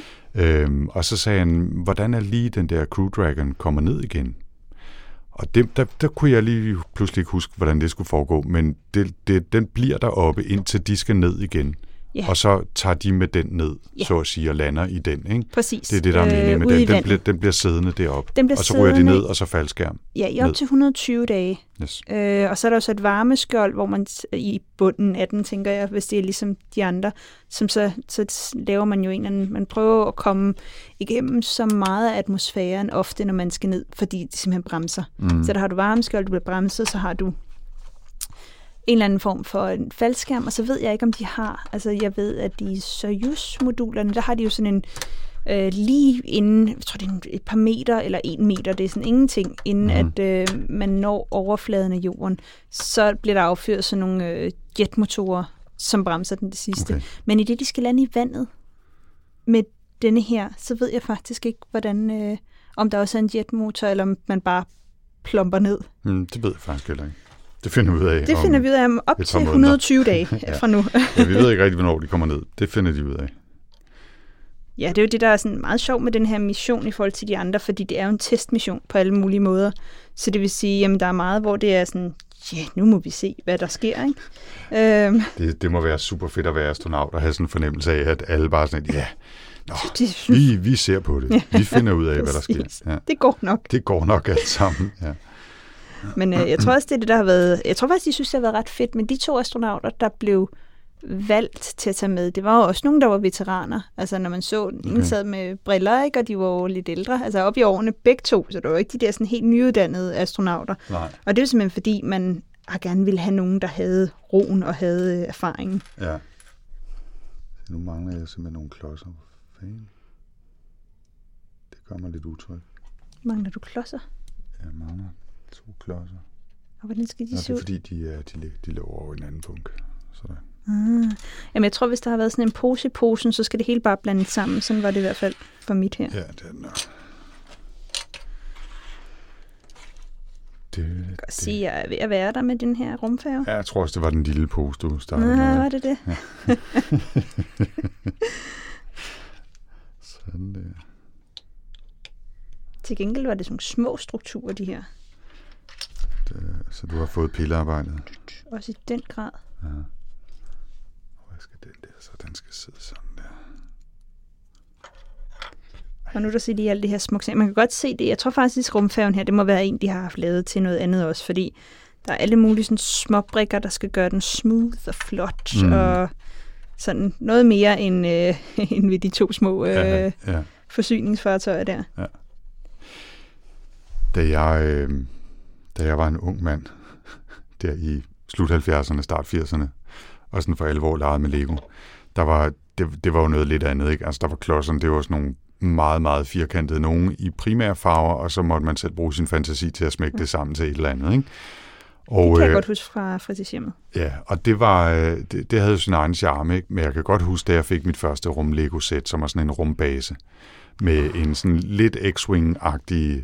Og så sagde han, hvordan er lige den der Crew Dragon kommer ned igen? Og der kunne jeg lige pludselig ikke huske, hvordan det skulle foregå, men den bliver deroppe, indtil de skal ned igen. Yeah. Og så tager de med den ned, så at sige, og lander i den, ikke? Præcis. Det er det, der er meningen med den. Den bliver siddende deroppe, og så ryger de ned, og så faldskærm. Ja, i op til 120 dage. Yes. Og så er der også et varmeskjold, hvor man i bunden af den, tænker jeg, hvis det er ligesom de andre, som så laver man jo en eller anden, man prøver at komme igennem så meget af atmosfæren ofte, når man skal ned, fordi det simpelthen bremser. Så der har du varmeskjold, du bliver bremset, så har du en eller anden form for en faldskærm, og så ved jeg ikke, om de har, altså jeg ved, at de Soyuz-modulerne, der har de jo sådan en lige inden, jeg tror det er et par meter eller 1 meter, det er sådan ingenting, inden at man når overfladen af jorden, så bliver der affyret sådan nogle jetmotorer, som bremser den det sidste. Okay. Men i det, de skal lande i vandet med denne her, så ved jeg faktisk ikke, hvordan, om der også er en jetmotor, eller om man bare plumper ned. Det ved jeg faktisk heller ikke. Det finder vi ud af. Det finder vi ud af om op til 120 dage fra nu. Ja, vi ved ikke rigtig, hvornår de kommer ned. Det finder de ud af. Ja, det er jo det, der er sådan meget sjovt med den her mission i forhold til de andre, fordi det er jo en testmission på alle mulige måder. Så det vil sige, jamen der er meget, hvor det er sådan, nu må vi se, hvad der sker, ikke? Det må være super fedt at være astronaut og have sådan en fornemmelse af, at alle bare sådan, vi ser på det. Vi finder ud af, hvad der sker. Ja. Det går nok. Det går nok alt sammen, ja. Men jeg tror også, det der har været... Jeg tror faktisk, de synes, det har været ret fedt, men de 2 astronauter, der blev valgt til at tage med, det var jo også nogen, der var veteraner. Altså, når man så, en sad med briller, ikke, og de var jo lidt ældre. Altså, op i årene begge 2, så det var ikke de der sådan helt nyuddannede astronauter. Nej. Og det er simpelthen, fordi man gerne ville have nogen, der havde roen og havde erfaringen. Ja. Så nu mangler jeg simpelthen nogle klodser. Fanden. Det gør mig lidt utryg. Mangler du klodser? Jeg mangler 2 klodser. Og hvordan skal de se ud? Det er fordi, de lå over en anden punkt. Sådan. Jamen, jeg tror, hvis der har været sådan en pose i posen, så skal det hele bare blandes sammen. Sådan var det i hvert fald for mit her. Ja, det er den der. Jeg kan sige, at jeg er ved at være der med den her rumfærge. Ja, jeg tror også, det var den lille pose, du startede med. Var det det? Ja. Sådan der. Til gengæld var det sådan små strukturer, de her. Så du har fået pillearbejdet? Også i den grad. Ja. Hvor skal den der, så den skal sidde sådan der. Og nu der ser de alt det her smukt. Man kan godt se det. Jeg tror faktisk, at rumfærgen her, det må være en, de har haft lavet til noget andet også, fordi der er alle mulige sådan små brikker, der skal gøre den smooth og flot, og sådan noget mere end ved de 2 små forsyningsfartøjer der. Ja. Da jeg var en ung mand, der i slut 70'erne, start 80'erne, og sådan for alvor legede med Lego, det var jo noget lidt andet, ikke? Altså der var klodserne, det var sådan nogle meget, meget firkantede nogen i primære farver, og så måtte man selv bruge sin fantasi til at smække det sammen til et eller andet, ikke? Og, det kan jeg godt huske fra fritidshjemmet. Ja, og det havde jo sin egen charme, ikke? Men jeg kan godt huske, da jeg fik mit første rum-Lego-sæt, som var sådan en rumbase, med en sådan lidt X-Wing-agtig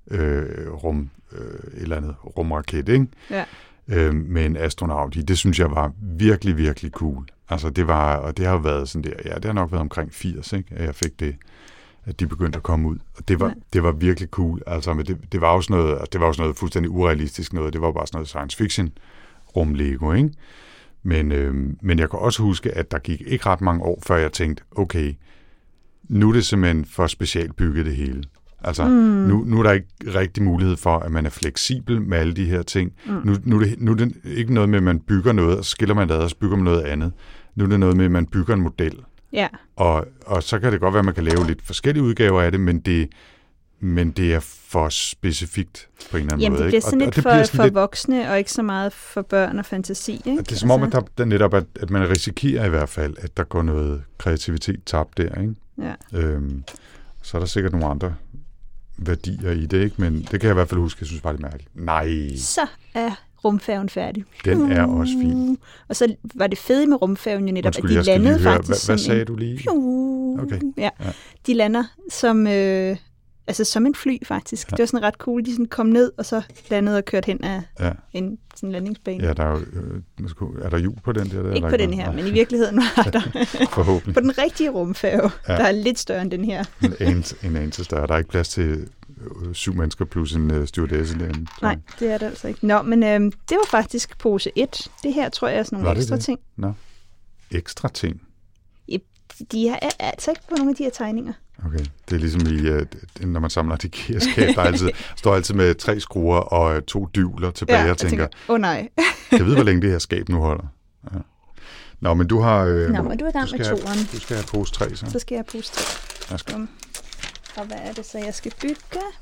eller andet rumraket, ikke? Ja. Med en astronaut i. Det synes jeg var virkelig, virkelig cool. Altså det har jo været sådan der, ja, det har nok været omkring 80, ikke? At jeg fik det, at de begyndte at komme ud. Og det var virkelig cool. Altså, men det var også noget fuldstændig urealistisk noget. Det var bare sådan noget science fiction rum-Lego, ikke? Men jeg kan også huske, at der gik ikke ret mange år, før jeg tænkte, okay, nu er det simpelthen for specielt bygget det hele. Altså, nu er der ikke rigtig mulighed for, at man er fleksibel med alle de her ting. Nu er det ikke noget med, at man bygger noget, og så skiller man det ad, og så bygger man noget andet. Nu er det noget med, at man bygger en model. Ja. Og så kan det godt være, at man kan lave lidt forskellige udgaver af det, men det er for specifikt på en eller anden måde. Jamen, det bliver sådan lidt for voksne, og ikke så meget for børn og fantasi, ikke? Det er som om, at der netop, at man risikerer i hvert fald, at der går noget kreativitet tabt der, ikke? Ja. Så er der sikkert nogle andre værdier i det, ikke? Men det kan jeg i hvert fald huske, jeg synes bare, det er mærkeligt. Nej! Så er rumfærgen færdig. Den er også fin. Og så var det fede med rumfærgen jo netop, Undskyld, at jeg de skal lige landede høre, faktisk hvad som sagde en... du lige? Okay. Ja. De lander som... altså som en fly, faktisk. Ja. Det var sådan ret cool. De sådan kom ned, og så landede og kørte hen af en sådan landingsbane. Ja, der er jo... er der hjul på den der? Ikke på den her, men i virkeligheden var der. Forhåbentlig. På den rigtige rumfærge, der er lidt større end den her. En anelse større. Der er ikke plads til 7 mennesker plus en stewardesse derinde. Nej, det er det altså ikke. Nå, men det var faktisk pose 1. Det her tror jeg er sådan nogle ekstra ting. Nå. Ekstra ting? De er altså ikke på nogle af de her tegninger. Okay, det er ligesom når man samler et IKEA-skab, der står altid med 3 skruer og 2 dyvler tilbage, og tænker, nej. Jeg ved, hvor længe det her skab nu holder. Ja. Nå, men du har... men du er i gang med toeren. Du skal have pose 3, så. Så skal jeg have pose 3. Og hvad er det så, jeg skal bygge?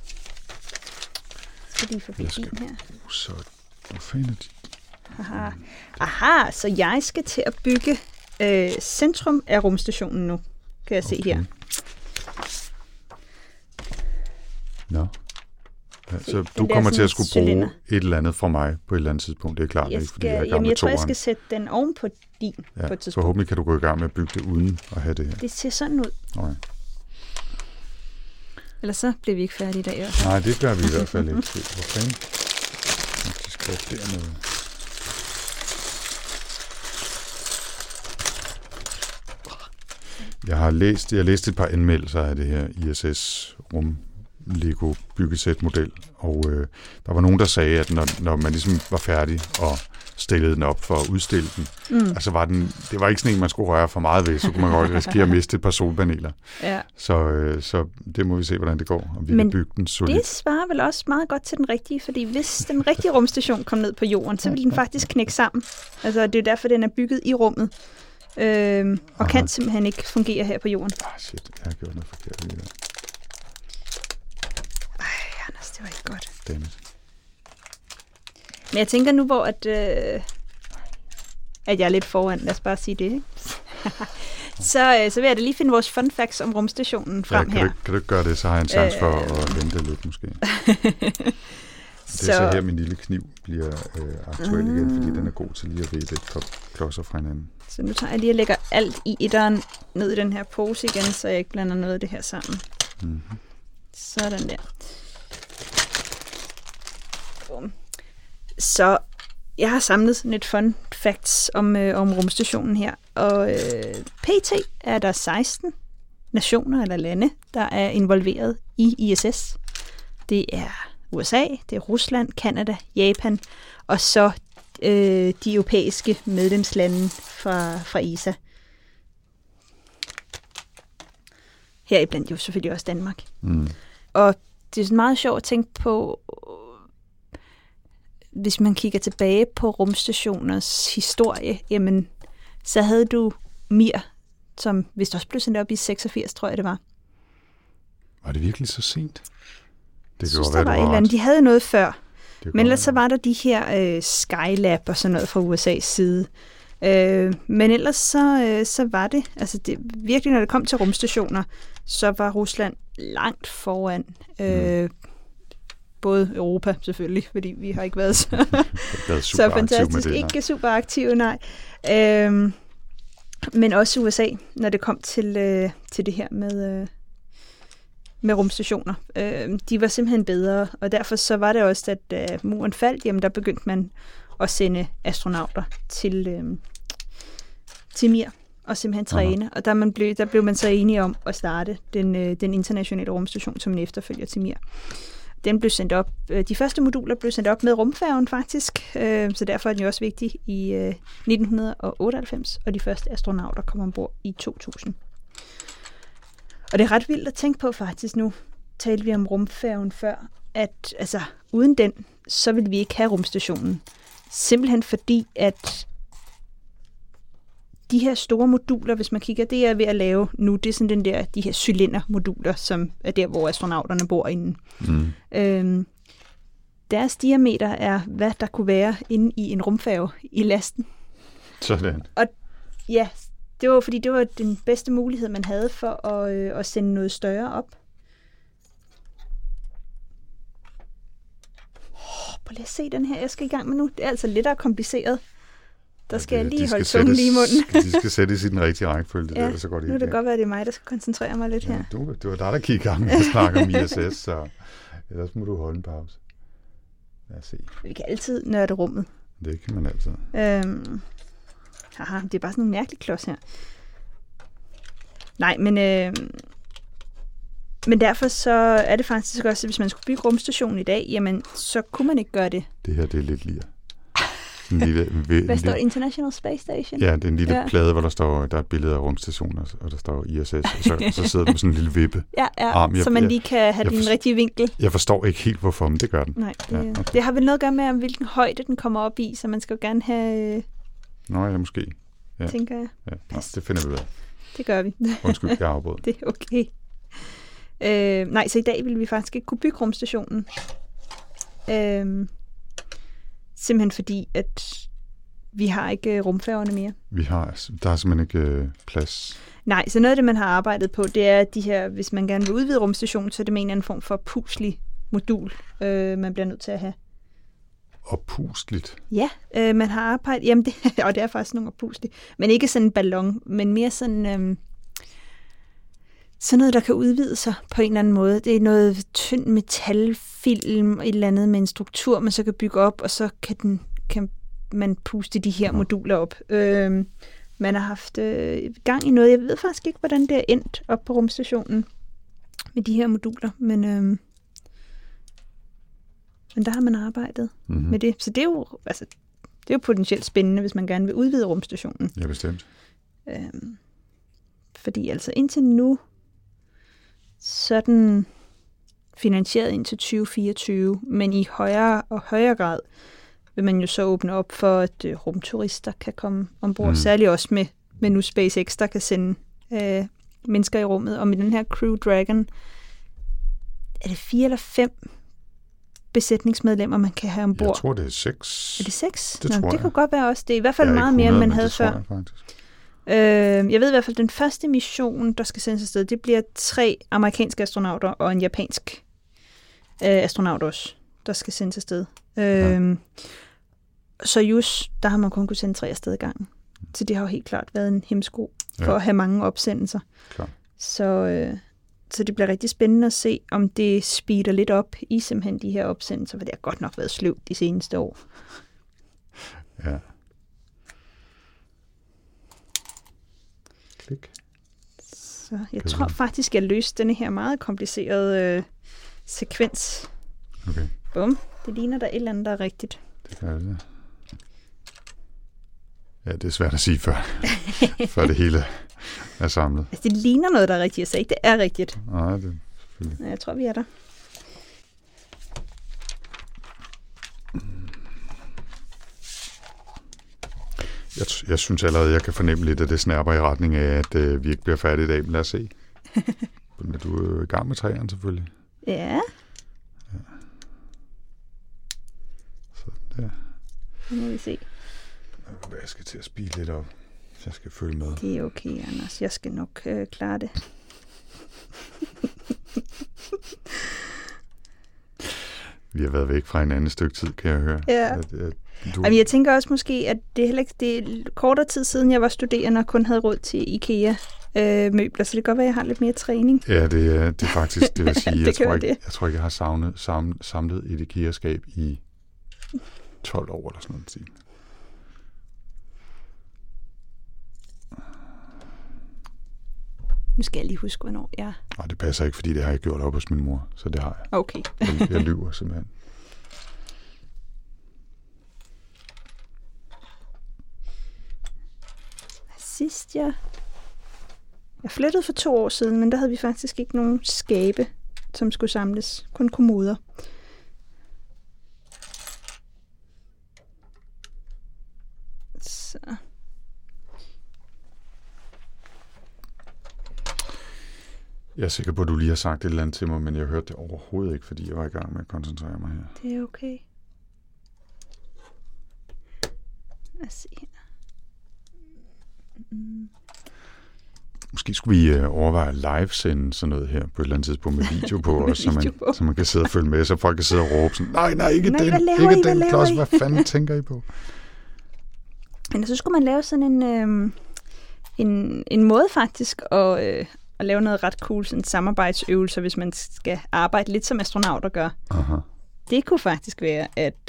Skal lige forbi din her. Så, hvor fanden er de? Aha, så jeg skal til at bygge centrum af rumstationen nu, kan jeg se her. Nå. Ja, så du kommer til at skulle bruge et eller andet fra mig på et eller andet tidspunkt. Det er klart, ikke, fordi jeg er i gang med jeg tror, jeg skal sætte den oven på din på et tidspunkt. Forhåbentlig kan du gå i gang med at bygge det uden at have det her. Det ser sådan ud. Okay. Ellers så bliver vi ikke færdige i dag. Nej, det gør vi i hvert fald ikke. Hvor fanden? De skal dernede. Jeg har læst et par anmeldelser af det her ISS Lego byggesæt-model, og der var nogen, der sagde, at når man ligesom var færdig og stillede den op for at udstille den, altså det var ikke sådan en, man skulle røre for meget ved, så kunne man godt risikere at miste et par solpaneler. Ja. Så det må vi se, hvordan det går, om vi kan bygge den solidt. Det svarer vel også meget godt til den rigtige, fordi hvis den rigtige rumstation kom ned på jorden, så ville den faktisk knække sammen. Altså det er derfor, den er bygget i rummet, og kan simpelthen ikke fungere her på jorden. Shit, jeg har gjort noget forkert lige der. Det var ikke godt. Dammit. Men jeg tænker nu, hvor at jeg er lidt foran, lad os bare sige det, ikke? så vil jeg da lige finde vores fun facts om rumstationen frem her. Kan du ikke gøre det, så har jeg en chance for at vente lidt måske. Det er så her, min lille kniv bliver aktuel igen, fordi den er god til lige at rive et klodser fra hinanden. Så nu tager jeg lige og lægger alt i etteren ned i den her pose igen, så jeg ikke blander noget af det her sammen. Mm-hmm. Sådan der. Så jeg har samlet sådan et fun facts om rumstationen her, og pt. Er der 16 nationer eller lande, der er involveret i ISS. Det er USA, det er Rusland, Canada, Japan, og så de europæiske medlemslande fra ESA. Heriblandt jo selvfølgelig også Danmark. Mm. Og det er sådan meget sjovt at tænke på, hvis man kigger tilbage på rumstationers historie, jamen, så havde du Mir, som vist også blev sendt op i 86, tror jeg det var. Var det virkelig så sent? Det synes, der var et eller andet. De havde noget før. Men ellers så var der de her Skylab og sådan noget fra USA's side. Men ellers så var det, altså det, virkelig når det kom til rumstationer, så var Rusland langt foran både Europa selvfølgelig, fordi vi har ikke været så fantastisk, ikke super aktive, nej. Men også USA, når det kom til det her med rumstationer. De var simpelthen bedre, og derfor så var det også, at da muren faldt, jamen der begyndte man at sende astronauter til Mir og simpelthen træne. Og der blev man så enige om at starte den internationale rumstation som en efterfølger til Mir. Den blev sendt op. De første moduler blev sendt op med rumfærgen faktisk, så derfor er den jo også vigtig i 1998, og de første astronauter kom ombord i 2000. Og det er ret vildt at tænke på faktisk nu, talte vi om rumfærgen før, at altså uden den, så ville vi ikke have rumstationen. Simpelthen fordi, at de her store moduler, hvis man kigger, det er ved at lave nu, det er sådan de her cylindermoduler, som er der, hvor astronauterne bor inde. Mm. Deres diameter er, hvad der kunne være inde i en rumfærge i lasten. Sådan. Og ja, det var fordi, det var den bedste mulighed, man havde for at sende noget større op. Prøv lige at se den her, jeg skal i gang med nu. Det er altså lidt kompliceret. Der skal jeg lige de holde skal tungen lige i munden. De skal sættes i den rigtige rækkefølge. Ja, så går det nu er det godt være, at det er mig, der skal koncentrere mig lidt her. Det var dig, der gik i gang med at snakke om ISS, så ellers må du holde en pause. Lad os se. Vi kan altid nørde rummet. Det kan man altid. Det er bare sådan en mærkelig klods her. Nej, men derfor så er det faktisk også, at hvis man skulle bygge rumstationen i dag, jamen, så kunne man ikke gøre det. Det her, det er lidt lir. Hvad står International Space Station? Ja, det er en lille plade, hvor der er et billede af rumstationen, og der står ISS, og så sidder der med sådan en lille vippe. Ja, så man lige kan have den rigtige vinkel. Jeg forstår ikke helt, hvorfor, men det gør den. Nej, det har vel noget at gøre med, hvilken højde den kommer op i, så man skal jo gerne have... Nå ja, måske. Ja. Tænker jeg. Ja, det finder vi ud af. Det gør vi. Undskyld, jeg afbrød. Det er okay. Nej, så i dag ville vi faktisk ikke kunne bygge rumstationen. Simpelthen fordi, at vi har ikke rumfærgerne mere. Der er simpelthen ikke plads. Nej, så noget af det, man har arbejdet på, det er de her, hvis man gerne vil udvide rumstationen, så er det med en eller anden form for puslig modul, man bliver nødt til at have. Oppusligt? Ja, man har arbejdet, jamen og det er faktisk nogle oppuslige, men ikke sådan en ballon, men mere sådan, sådan noget, der kan udvide sig på en eller anden måde. Det er noget tynd metalfilm, et eller andet med en struktur, man så kan bygge op, og så kan man puste de her moduler op. Man har haft gang i noget, jeg ved faktisk ikke, hvordan det er endt op på rumstationen med de her moduler, men der har man arbejdet med det. Så det er jo potentielt spændende, hvis man gerne vil udvide rumstationen. Ja, bestemt. Fordi altså indtil nu, så er den finansieret indtil 2024, men i højere og højere grad vil man jo så åbne op for, at rumturister kan komme ombord. Særligt også med nu SpaceX, der kan sende mennesker i rummet. Og med den her Crew Dragon, er det 4 eller 5 besætningsmedlemmer, man kan have ombord? Jeg tror, det er 6. Er det 6? Det tror jeg. Det kunne godt være også. Det er i hvert fald meget mere, end man havde før. Jeg ved i hvert fald, at den første mission, der skal sendes afsted, det bliver 3 amerikanske astronauter og en japansk astronaut også, der skal sendes afsted. Soyuz, der har man kun kunne sende 3 afsted i gangen. Så det har jo helt klart været en hemsko for at have mange opsendelser. Klar. Så det bliver rigtig spændende at se, om det speeder lidt op i simpelthen de her opsendelser, for det har godt nok været sløvt de seneste år. Ja. Klik. Så jeg tror faktisk, jeg løste denne her meget komplicerede sekvens. Okay. Bum. Det ligner der et eller andet, der er rigtigt. Det gør det. Ja, det er svært at sige, før det hele er samlet. Altså, det ligner noget, der er rigtigt. Jeg sagde ikke, det er rigtigt. Nej, det er selvfølgelig. Ja, jeg tror, vi er der. Jeg synes allerede, jeg kan fornemme lidt, at det snærper i retning af, at vi ikke bliver færdige i dag. Men lad os se. Men du er jo i gang med træerne, selvfølgelig. Ja. Sådan der. Nu må vi se. Jeg skal til at speede lidt op, så jeg skal følge med. Det er okay, Anders. Jeg skal nok klare det. Vi har været væk fra en anden stykke tid, kan jeg høre. Ja. Jamen, jeg tænker også måske, at det er heller ikke det er kortere tid siden, jeg var studerende og kun havde råd til IKEA-møbler, så det kan godt være, at jeg har lidt mere træning. Ja, det er faktisk, det vil sige, jeg tror ikke, jeg har samlet et IKEA-skab i 12 år eller sådan noget. Nu skal jeg lige huske, hvornår jeg... Nej, det passer ikke, fordi det har jeg gjort op hos min mor, så det har jeg. Okay. Jeg lyver simpelthen. Sidst jeg flyttede for 2 år siden, men der havde vi faktisk ikke nogen skabe, som skulle samles. Kun kommoder. Så... Jeg er sikker på, at du lige har sagt et eller andet til mig, men jeg hørte det overhovedet ikke, fordi jeg var i gang med at koncentrere mig her. Det er okay. Lad os se her. Måske skulle vi overveje at live-sende sådan noget her på et eller andet tidspunkt med video på os, så man kan sidde og følge med, så folk kan sidde og råbe sådan, nej, ikke den klods, hvad fanden tænker I på? Men så skulle man lave sådan en måde faktisk at lave noget ret cool, sådan en samarbejdsøvelse, hvis man skal arbejde lidt som astronauter gør. Aha. Det kunne faktisk være, at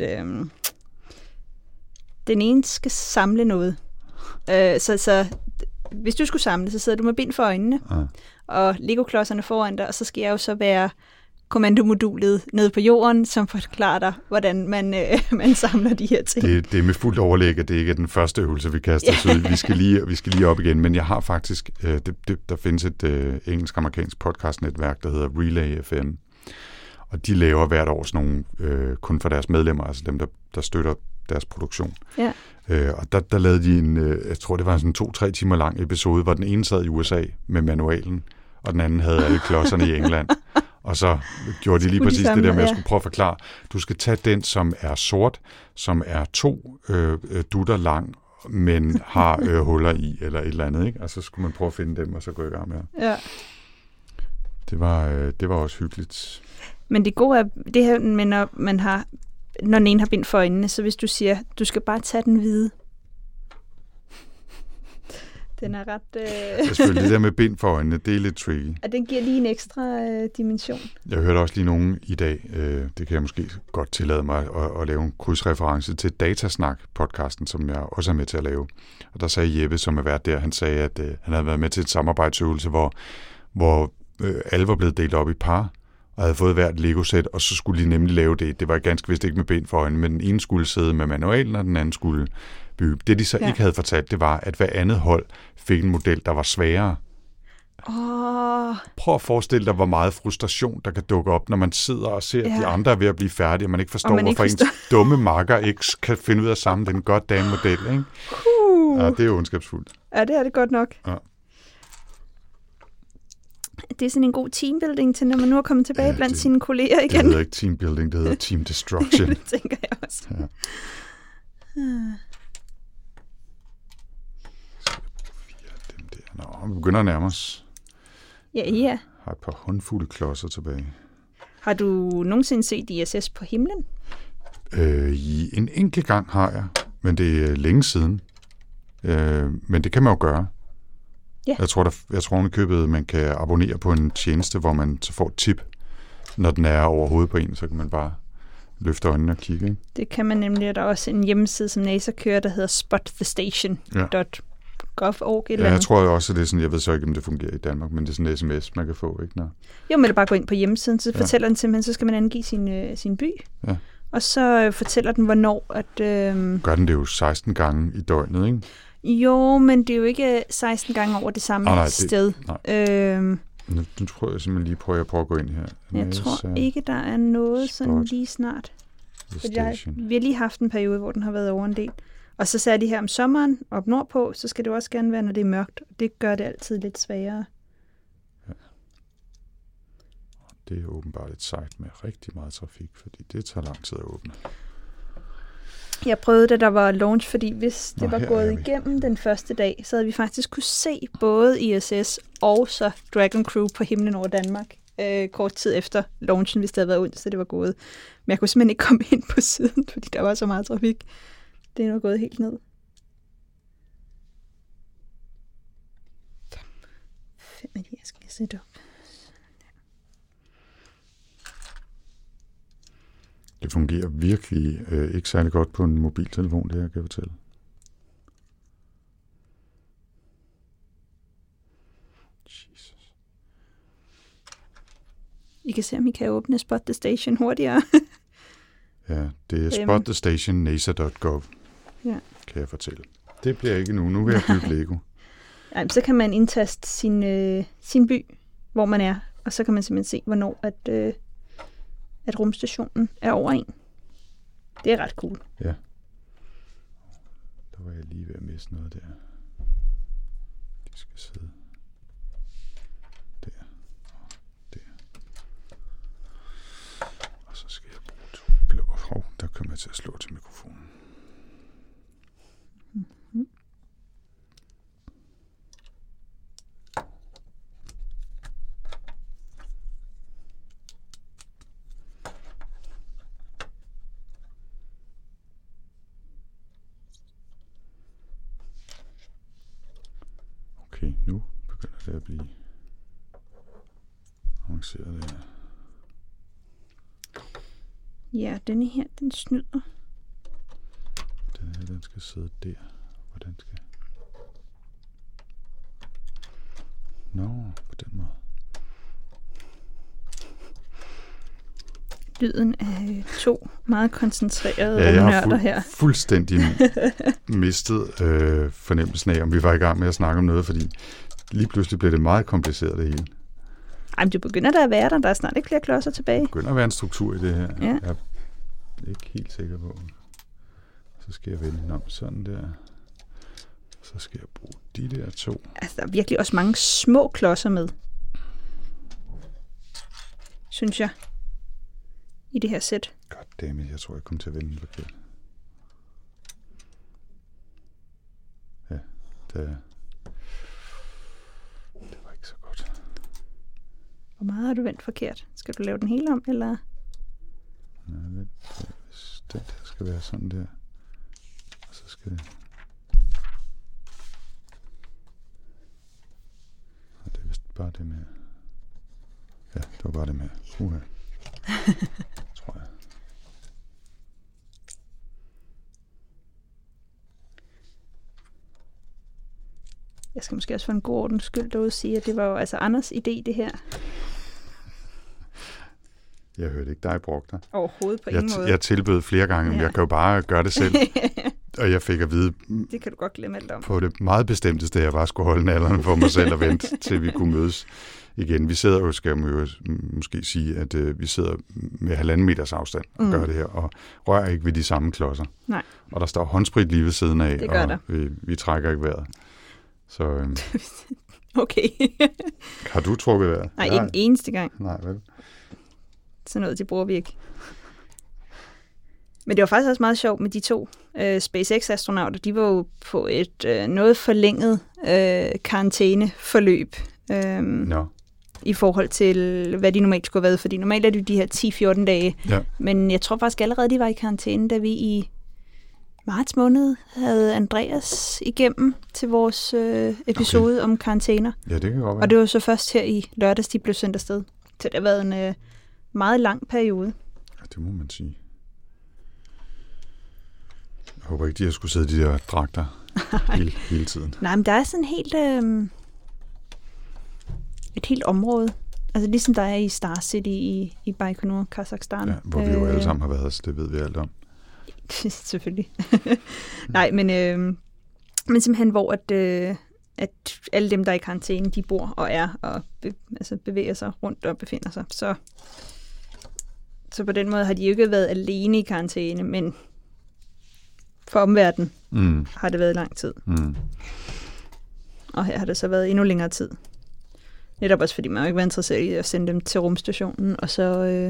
den ene skal samle noget. Så hvis du skulle samle, så sidder du med bind for øjnene, og Lego-klodserne foran dig, og så skal jeg jo så være kommandomodulet nede på jorden, som forklarer dig, hvordan man samler de her ting. Det er med fuldt overlæg, at det ikke er den første øvelse, vi kaster os ud. Vi skal lige op igen, men jeg har faktisk, der findes et engelsk-amerikansk podcastnetværk, der hedder Relay FM, og de laver hvert år sådan nogle, kun for deres medlemmer, altså dem, der støtter deres produktion. Ja. Og der lavede de jeg tror det var sådan 2-3 timer lang episode, hvor den ene sad i USA med manualen, og den anden havde alle klodserne i England. Og så gjorde de lige præcis det der med, at jeg skulle prøve at forklare. Du skal tage den, som er sort, som er 2 dutter lang, men har huller i, eller et eller andet, ikke? Og så skulle man prøve at finde dem, og så gå i gang med. Ja. Det var også hyggeligt. Men det gode er, det her, men når den ene har bind for øjnene, så hvis du siger, du skal bare tage den hvide. Den er ret... Selvfølgelig, det der med bind for øjnene, det er lidt tricky. Og den giver lige en ekstra dimension. Jeg hørte også lige nogen i dag, det kan jeg måske godt tillade mig at lave en krydsreference til Datasnak-podcasten, som jeg også er med til at lave. Og der sagde Jeppe, som er vært der, han sagde, at han havde været med til et samarbejdsøvelse, hvor alle var blevet delt op i par, og havde fået hvert Lego-sæt, og så skulle de nemlig lave det. Det var ganske vist ikke med bind for øjnene, men den ene skulle sidde med manualen, og den anden skulle bygge. Det de så ikke havde fortalt, det var, at hver andet hold fik en model, der var sværere. Prøv at forestille dig, hvor meget frustration, der kan dukke op, når man sidder og ser, at de andre er ved at blive færdige, og man ikke forstår, hvorfor ens dumme makker ikke kan finde ud af at samle den goddamn model. Ikke? Ja, det er jo ondskabsfuldt. Ja, det er det godt nok. Ja. Det er sådan en god teambuilding til, når man nu er kommet tilbage blandt sine kolleger igen. Det hedder ikke teambuilding, det hedder team destruction. Det tænker jeg også. Ja. Nå, vi begynder at nærme os. Ja. Har et par håndfulde klodser tilbage. Har du nogensinde set ISS på himlen? En enkelt gang har jeg, men det er længe siden. Men det kan man jo gøre. Ja. Jeg tror ovenikøbet, man kan abonnere på en tjeneste, hvor man så får et tip, når den er over hovedet på en, så kan man bare løfte øjnene og kigge. Ikke? Det kan man nemlig. Der er også en hjemmeside, som NASA kører, der hedder spotthestation.gov.org. Ja, jeg tror også, at det er sådan, jeg ved så ikke, om det fungerer i Danmark, men det er sådan en sms, man kan få, ikke? Nå. Jo, men det er bare gå ind på hjemmesiden, så fortæller den simpelthen, så skal man angive sin by. Ja. Og så fortæller den, hvornår at... Gør den det jo 16 gange i døgnet, ikke? Jo, men det er jo ikke 16 gange over det samme sted. Nu tror jeg simpelthen lige prøve at gå ind her. Jeg tror ikke, der er noget sådan lige snart. Vi har lige haft en periode, hvor den har været over en del. Og så sagde de her om sommeren op nordpå, så skal det også gerne være, når det er mørkt. Det gør det altid lidt sværere. Ja. Det er åbenbart et site med rigtig meget trafik, fordi det tager lang tid at åbne. Jeg prøvede det, der var launch, fordi hvis det var gået igennem den første dag, så havde vi faktisk kunne se både ISS og så Dragon Crew på himlen over Danmark kort tid efter launchen, hvis det havde været onsdag, det var gået. Men jeg kunne simpelthen ikke komme ind på siden, fordi der var så meget trafik. Det er nu gået helt ned. 5 af de her skal jeg sætte op. Det fungerer virkelig ikke særlig godt på en mobiltelefon, det her, kan jeg fortælle. Jesus. I kan se, om I kan åbne Spot the Station hurtigere. Ja, det er spotthestationnasa.gov, kan jeg fortælle. Det bliver ikke nu. Nu vil jeg bygge Lego. Nej, så kan man indtaste sin by, hvor man er, og så kan man simpelthen se, hvornår at rumstationen er over en. Det er ret cool. Ja. Der var jeg lige ved at miste noget der. De skal sidde der og der. Og så skal jeg bruge 2 blå. Der kommer jeg til at slå til mikrofonen. blive avanceret det her. Ja, denne her, den snyder. Den her, den skal sidde der. Hvordan skal... Nå, på den måde. Lyden af 2 meget koncentrerede Ja, jeg nørder har her. fuldstændig mistet fornemmelsen af, om vi var i gang med at snakke om noget, fordi lige pludselig blev det meget kompliceret det hele. Ej, men det begynder der at være der. Der er snart ikke flere klodser tilbage. Der begynder at være en struktur i det her. Ja. Jeg er ikke helt sikker på. Så skal jeg vende den om sådan der. Så skal jeg bruge de der 2. Altså, der er virkelig også mange små klodser med. Synes jeg. I det her sæt. Goddammit, jeg tror, jeg kom til at vende den forkert. Ja, det var ikke så godt. Hvor meget har du vendt forkert? Skal du lave den hele om, eller? Nej, vent. Hvis den der skal være sådan der. Og så skal det... Og det er vist bare det med... Ja, det var bare det med... tror jeg. Jeg skal måske også for en god ordens skyld derude sige, at det var jo altså Anders idé, det her. Jeg hørte ikke dig bruge dig. Overhovedet på ingen måde. Jeg tilbød flere gange, men jeg kan jo bare gøre det selv. Og jeg fik at vide... Det kan du godt glemme alt om. På det meget bestemte sted, jeg bare skulle holde nallerne for mig selv og vente, til vi kunne mødes igen. Vi sidder jo, skal man jo måske sige, at vi sidder med 1,5 meters afstand og gør det her, og rører ikke ved de samme klodser. Nej. Og der står håndsprit lige ved siden af, det gør og der. Vi trækker ikke vejret. Så okay. Har du trukket vejret? Nej, ikke en eneste gang. Nej, vel? Sådan noget, det bruger vi ikke. Men det var faktisk også meget sjovt med de 2 SpaceX-astronauter. De var jo på et noget forlænget karantæneforløb. I forhold til, hvad de normalt skulle have været. Fordi normalt er det jo de her 10-14 dage. Ja. Men jeg tror faktisk allerede, de var i karantæne, da vi i marts måned havde Andreas igennem til vores episode om karantæner. Ja, det kan godt være. Og det var så først her i lørdags, de blev sendt afsted. Så det har været en meget lang periode. Ja, det må man sige. Jeg håber ikke, de har skulle sidde i de der dragter hele tiden. Nej, men der er sådan helt... et helt område. Altså ligesom der er i Star City i Baikonur, Kazakhstan. Ja, hvor vi jo alle sammen har været, så det ved vi alt om. Selvfølgelig. Nej, men simpelthen hvor at alle dem, der er i karantæne, de bor og er og bevæger sig rundt og befinder sig. Så på den måde har de jo ikke været alene i karantæne, men for omverdenen har det været lang tid. Og her har det så været endnu længere tid. Netop også fordi man jo ikke var interesseret i at sende dem til rumstationen, og så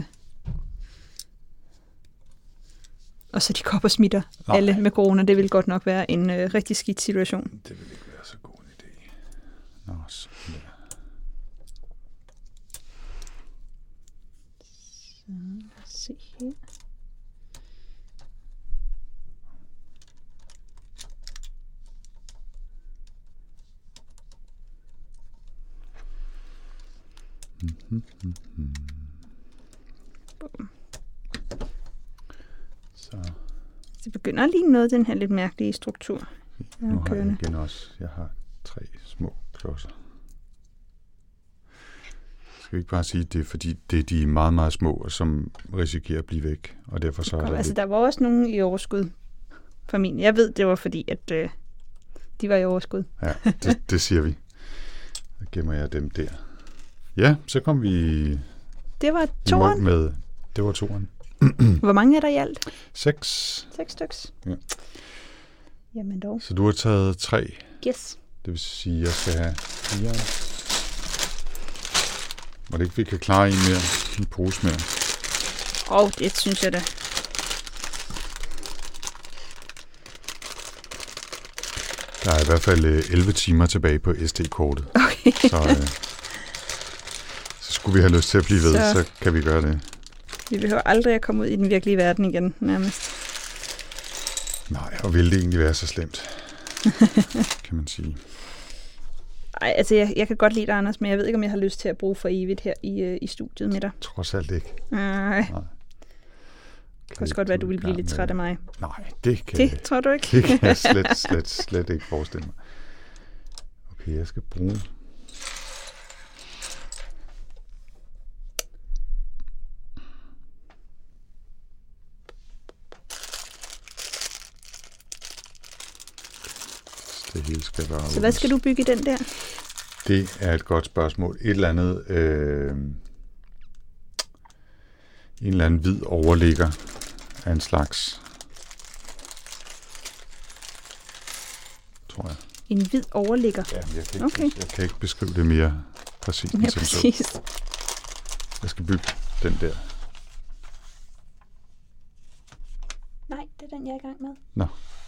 de går op og smitter alle med corona. Det vil godt nok være en rigtig skidt situation. Det vil ikke være så god en idé. Nå, sådan der. Så lad os se her. Så. Det begynder at ligne noget, den her lidt mærkelige struktur. Nu har jeg igen også. Jeg har 3 små klodser. Skal vi ikke bare sige, at det er fordi, det er de meget, meget små, som risikerer at blive væk. Og derfor så er der der var også nogen i overskud for min. Jeg ved, det var fordi, at de var i overskud. Ja, det siger vi. Så gemmer jeg dem der. Ja, så kom vi... Det var 2'eren? Det var 2'eren. Hvor mange er der i alt? 6. 6 styks? Ja. Jamen dog. Så du har taget 3? Yes. Det vil sige, at jeg skal have 4. Var det ikke, vi kan klare en pose mere? Det synes jeg da. Der er i hvert fald 11 timer tilbage på SD-kortet. Okay. Så skulle vi have lyst til at blive ved, så kan vi gøre det. Vi behøver aldrig at komme ud i den virkelige verden igen, nærmest. Nej, og ville det egentlig være så slemt, kan man sige. Ej, altså jeg kan godt lide dig, Anders, men jeg ved ikke, om jeg har lyst til at bruge for evigt her i studiet med dig. Trods alt ikke. Nej. Det kan også godt være, at du vil blive lidt træt af mig. Nej, det kan Det tror du ikke? Det kan jeg slet ikke forestille mig. Okay, jeg skal bruge... Det hele skal være... Så hvad skal du bygge i den der? Det er et godt spørgsmål. Et eller andet... en eller anden hvid overligger af en slags... tror jeg. En hvid overligger? Ja, jeg kan ikke beskrive det mere præcist. Ja, præcis. Jeg skal bygge den der. Nej, det er den, jeg er i gang med. Nå.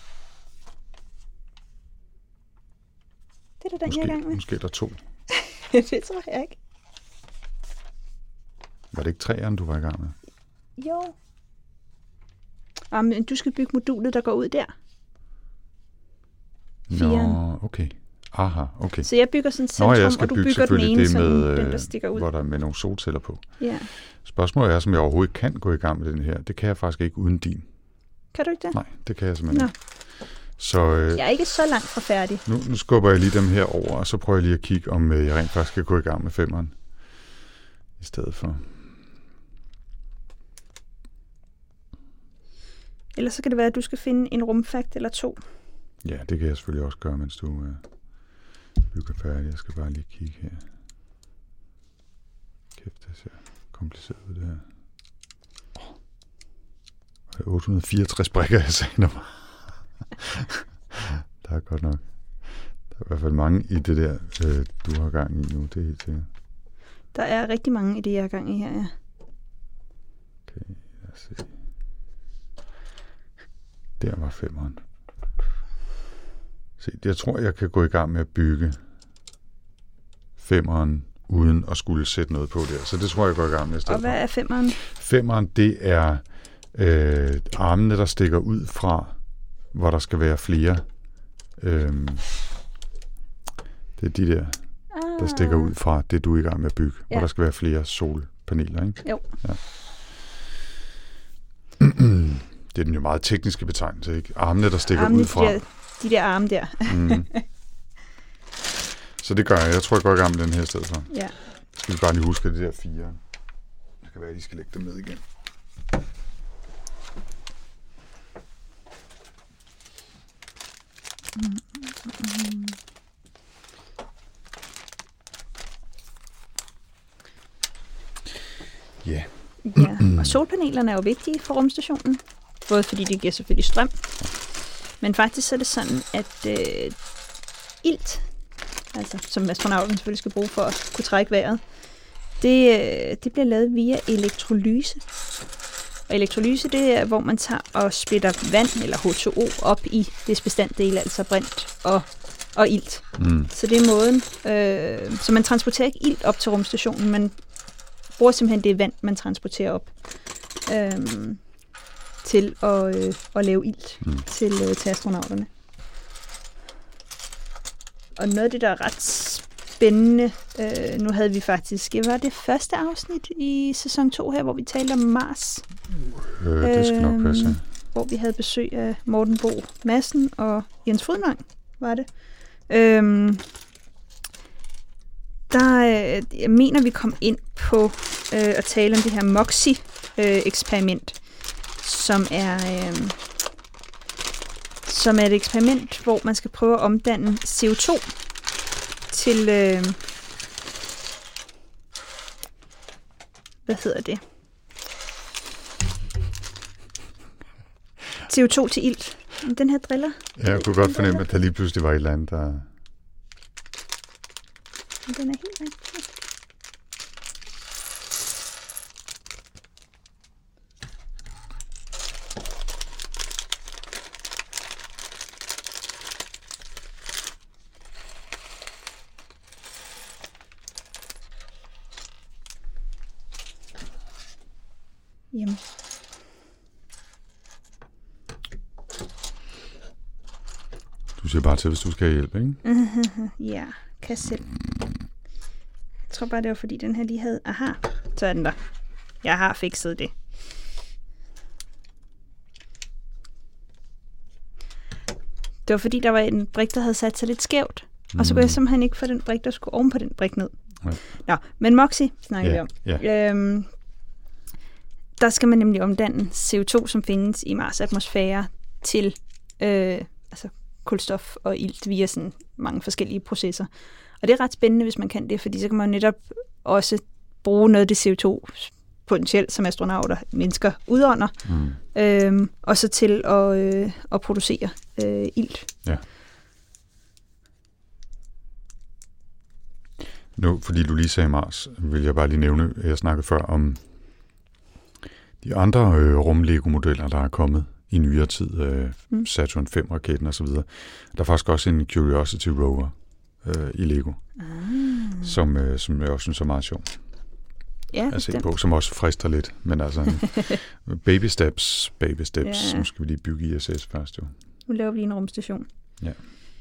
Det er den, jeg er i gang med. Måske er der 2. Det tror jeg ikke. Var det ikke 3'eren, du var i gang med? Jo. Men du skal bygge modulet, der går ud der. 4'eren. Nå, okay. Aha, okay. Så jeg bygger sådan et centrum, og du bygger den ene, det med, den der stikker ud. Hvor der er med nogle solceller på. Ja. Spørgsmålet er, som jeg overhovedet kan gå i gang med den her. Det kan jeg faktisk ikke uden din. Kan du ikke det? Nej, det kan jeg simpelthen ikke. Så, jeg er ikke så langt fra færdig. Nu skubber jeg lige dem her over, og så prøver jeg lige at kigge, om jeg rent faktisk skal gå i gang med 5'eren. I stedet for. Ellers så kan det være, at du skal finde en rumfakt eller 2. Ja, det kan jeg selvfølgelig også gøre, mens du bygger færdig. Jeg skal bare lige kigge her. Kæft, det ser kompliceret ud, det her. Det er 864 brikker, jeg sagde mig. Der er godt nok. Der er i hvert fald mange i det der, du har gang i nu. Det er helt sikkert. Der er rigtig mange i det, jeg har gang i her, ja. Okay, lad os se. Der var 5'eren. Se, jeg tror, jeg kan gå i gang med at bygge 5'eren uden at skulle sætte noget på der. Så det tror jeg går i gang med i stedet. Og hvad er 5'eren? 5'eren, det er armene, der stikker ud fra, hvor der skal være flere. Det er de der stikker ud fra det, du er i gang med at bygge. Ja. Hvor der skal være flere solpaneler, ikke? Jo. Ja. Det er den jo meget tekniske betegnelse, ikke? Armene, der stikker ud fra. De der arme der. Så det gør jeg. Jeg tror, jeg går i gang med den her i stedet for. Ja. Skal vi bare lige huske, at det der 4. Det kan være, at de skal lægge dem ned igen. Ja. Og solpanelerne er jo vigtige for rumstationen. Både fordi det giver selvfølgelig strøm. Men faktisk så er det sådan, at ilt, altså som astronauten selvfølgelig skal bruge for at kunne trække vejret, det bliver lavet via elektrolyse. Og elektrolyse, det er, hvor man tager og splitter vand eller H2O op i dets bestanddele, altså brint og ilt. Så det er måden. Så man transporterer ikke ilt op til rumstationen, man bruger simpelthen det vand, man transporterer op til at lave ilt til astronauterne. Og noget af det, der er ret spændende, nu havde vi faktisk, var det første afsnit i sæson 2 her, hvor vi talte om Mars. Det skal nok passe. Hvor vi havde besøg af Morten Bo Madsen og Jens Frydenlang, var det. Jeg mener, vi kom ind på at tale om det her MOXIE-eksperiment, som er et eksperiment, hvor man skal prøve at omdanne CO2 til hvad hedder det? CO2 til ilt. Den her driller. Ja, jeg kunne godt fornemme, at der lige pludselig var et eller andet, der... Den er helt rigtig. Jamen. Du siger bare til, hvis du skal have hjælp, ikke? Ja. kasse selv. Jeg tror bare, det var fordi, den her lige havde... Aha, så er den der. Jeg har fikset det. Det var fordi, der var en brik, der havde sat sig lidt skævt. Og så kunne jeg simpelthen ikke få den brik, der skulle oven på den brik ned. Ja. Nå, men MOXIE snakker vi om. Yeah. Der skal man nemlig omdanne CO2, som findes i Mars' atmosfære, til kulstof og ilt via sådan mange forskellige processer. Og det er ret spændende, hvis man kan det, fordi så kan man netop også bruge noget af det CO2 potentielt, som astronauter, mennesker udånder, og så til at producere ilt. Ja. Nu, fordi du lige sagde Mars, vil jeg bare lige nævne, at jeg snakkede før om de andre rum-Lego-modeller, der er kommet i nyere tid, Saturn 5-raketten og så videre. Der er faktisk også en Curiosity rover i Lego, som jeg også synes er meget sjov. Ja, at se på, som også frister lidt, men altså baby steps. Ja. Nu skal vi lige bygge ISS først, jo. Nu laver vi lige en rumstation. Ja.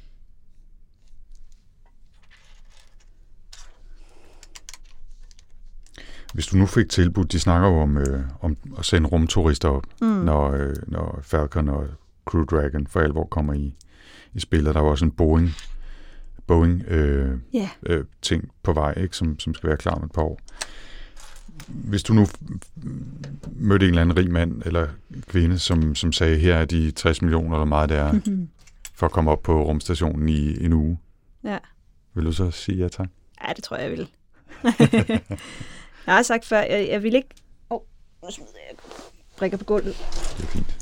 Hvis du nu fik tilbudt, de snakker jo om at sende rumturister op, når Falcon og Crew Dragon for alvor kommer i spillet. Der var også en Boeing ting på vej, ikke, som skal være klar om et par år. Hvis du nu mødte en eller anden rig mand eller kvinde, som sagde, her er de 60 millioner eller meget der er, for at komme op på rumstationen i en uge. Ja. Vil du så sige ja tak? Ja, det tror jeg vil. Jeg har sagt før, jeg vil ikke... nu smider jeg brikker på gulvet. Det er fint.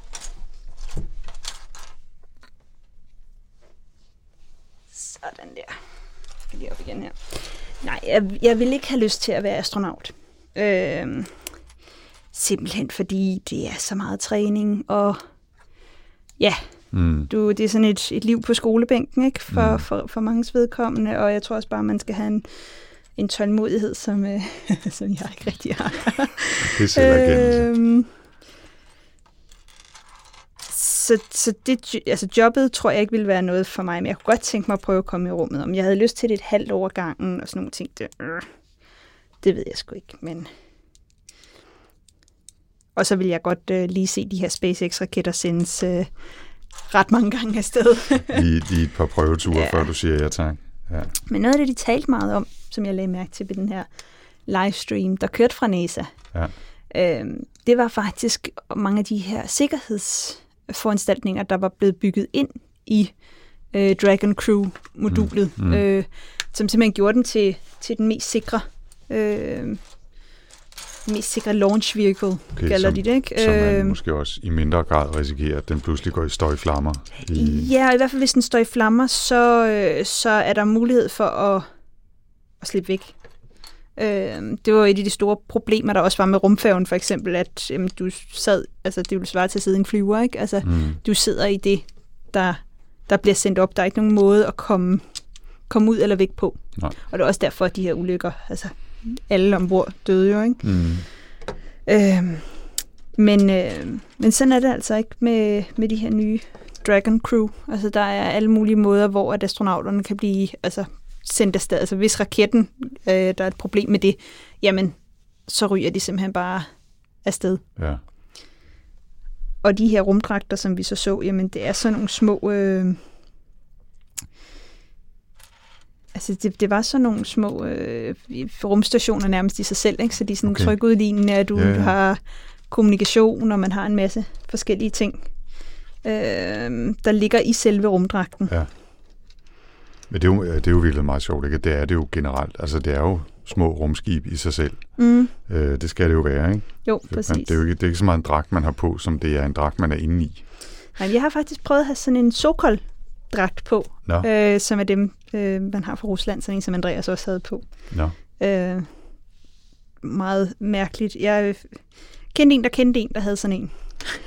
Sådan der. Jeg skal lige op igen her. Nej, jeg vil ikke have lyst til at være astronaut. Simpelthen fordi det er så meget træning, og ja, det er sådan et liv på skolebænken, ikke? For manges vedkommende, og jeg tror også bare, man skal have en tålmodighed, som jeg ikke rigtig har. Det er selverkendelse. Så det, altså jobbet tror jeg ikke ville være noget for mig, men jeg kunne godt tænke mig at prøve at komme i rummet. Om jeg havde lyst til det et halvt år gangen og sådan nogle ting, det ved jeg sgu ikke. Men og så vil jeg godt lige se de her SpaceX-raketter sendes ret mange gange afsted. I et par prøveture, før du siger ja tak. Ja. Men noget af det, de talte meget om, som jeg lagde mærke til ved den her livestream, der kørte fra NASA, det var faktisk mange af de her sikkerhedsforanstaltninger, der var blevet bygget ind i Dragon Crew-modulet, som simpelthen gjorde den til den mest sikre launch vehicle, kalder de det, ikke? Så man måske også i mindre grad risikerer, at den pludselig går i støjflammer. Ja, i hvert fald hvis den står i flammer, så er der mulighed for at slippe væk. Det var et af de store problemer, der også var med rumfærgen, for eksempel, at du sad, altså det ville svare til at sidde i en flyver, ikke? Altså, du sidder i det, der bliver sendt op. Der er ikke nogen måde at komme ud eller væk på. Nej. Og det er også derfor, at de her ulykker, altså alle ombord døde jo, ikke? Men sådan er det altså ikke med de her nye Dragon Crew. Altså, der er alle mulige måder, hvor at astronauterne kan blive sendt afsted. Altså, hvis raketten, der er et problem med det, jamen, så ryger de simpelthen bare afsted. Ja. Og de her rumdragter, som vi så, jamen, det er sådan nogle små... det var sådan nogle små rumstationer nærmest i sig selv, ikke? Så de er sådan trykudlignende, at du har kommunikation, og man har en masse forskellige ting, der ligger i selve rumdragten. Ja. Men det er jo virkelig meget sjovt, ikke? Det er det jo generelt. Altså, det er jo små rumskib i sig selv. Det skal det jo være, ikke? Jo, præcis. Det er ikke så meget en dragt, man har på, som det er en dragt, man er inde i. Nej, jeg har faktisk prøvet at have sådan en Sokol-dragt på, som er dem, man har fra Rusland, sådan en, som Andreas også havde på. Meget mærkeligt. Jeg kendte en, der havde sådan en.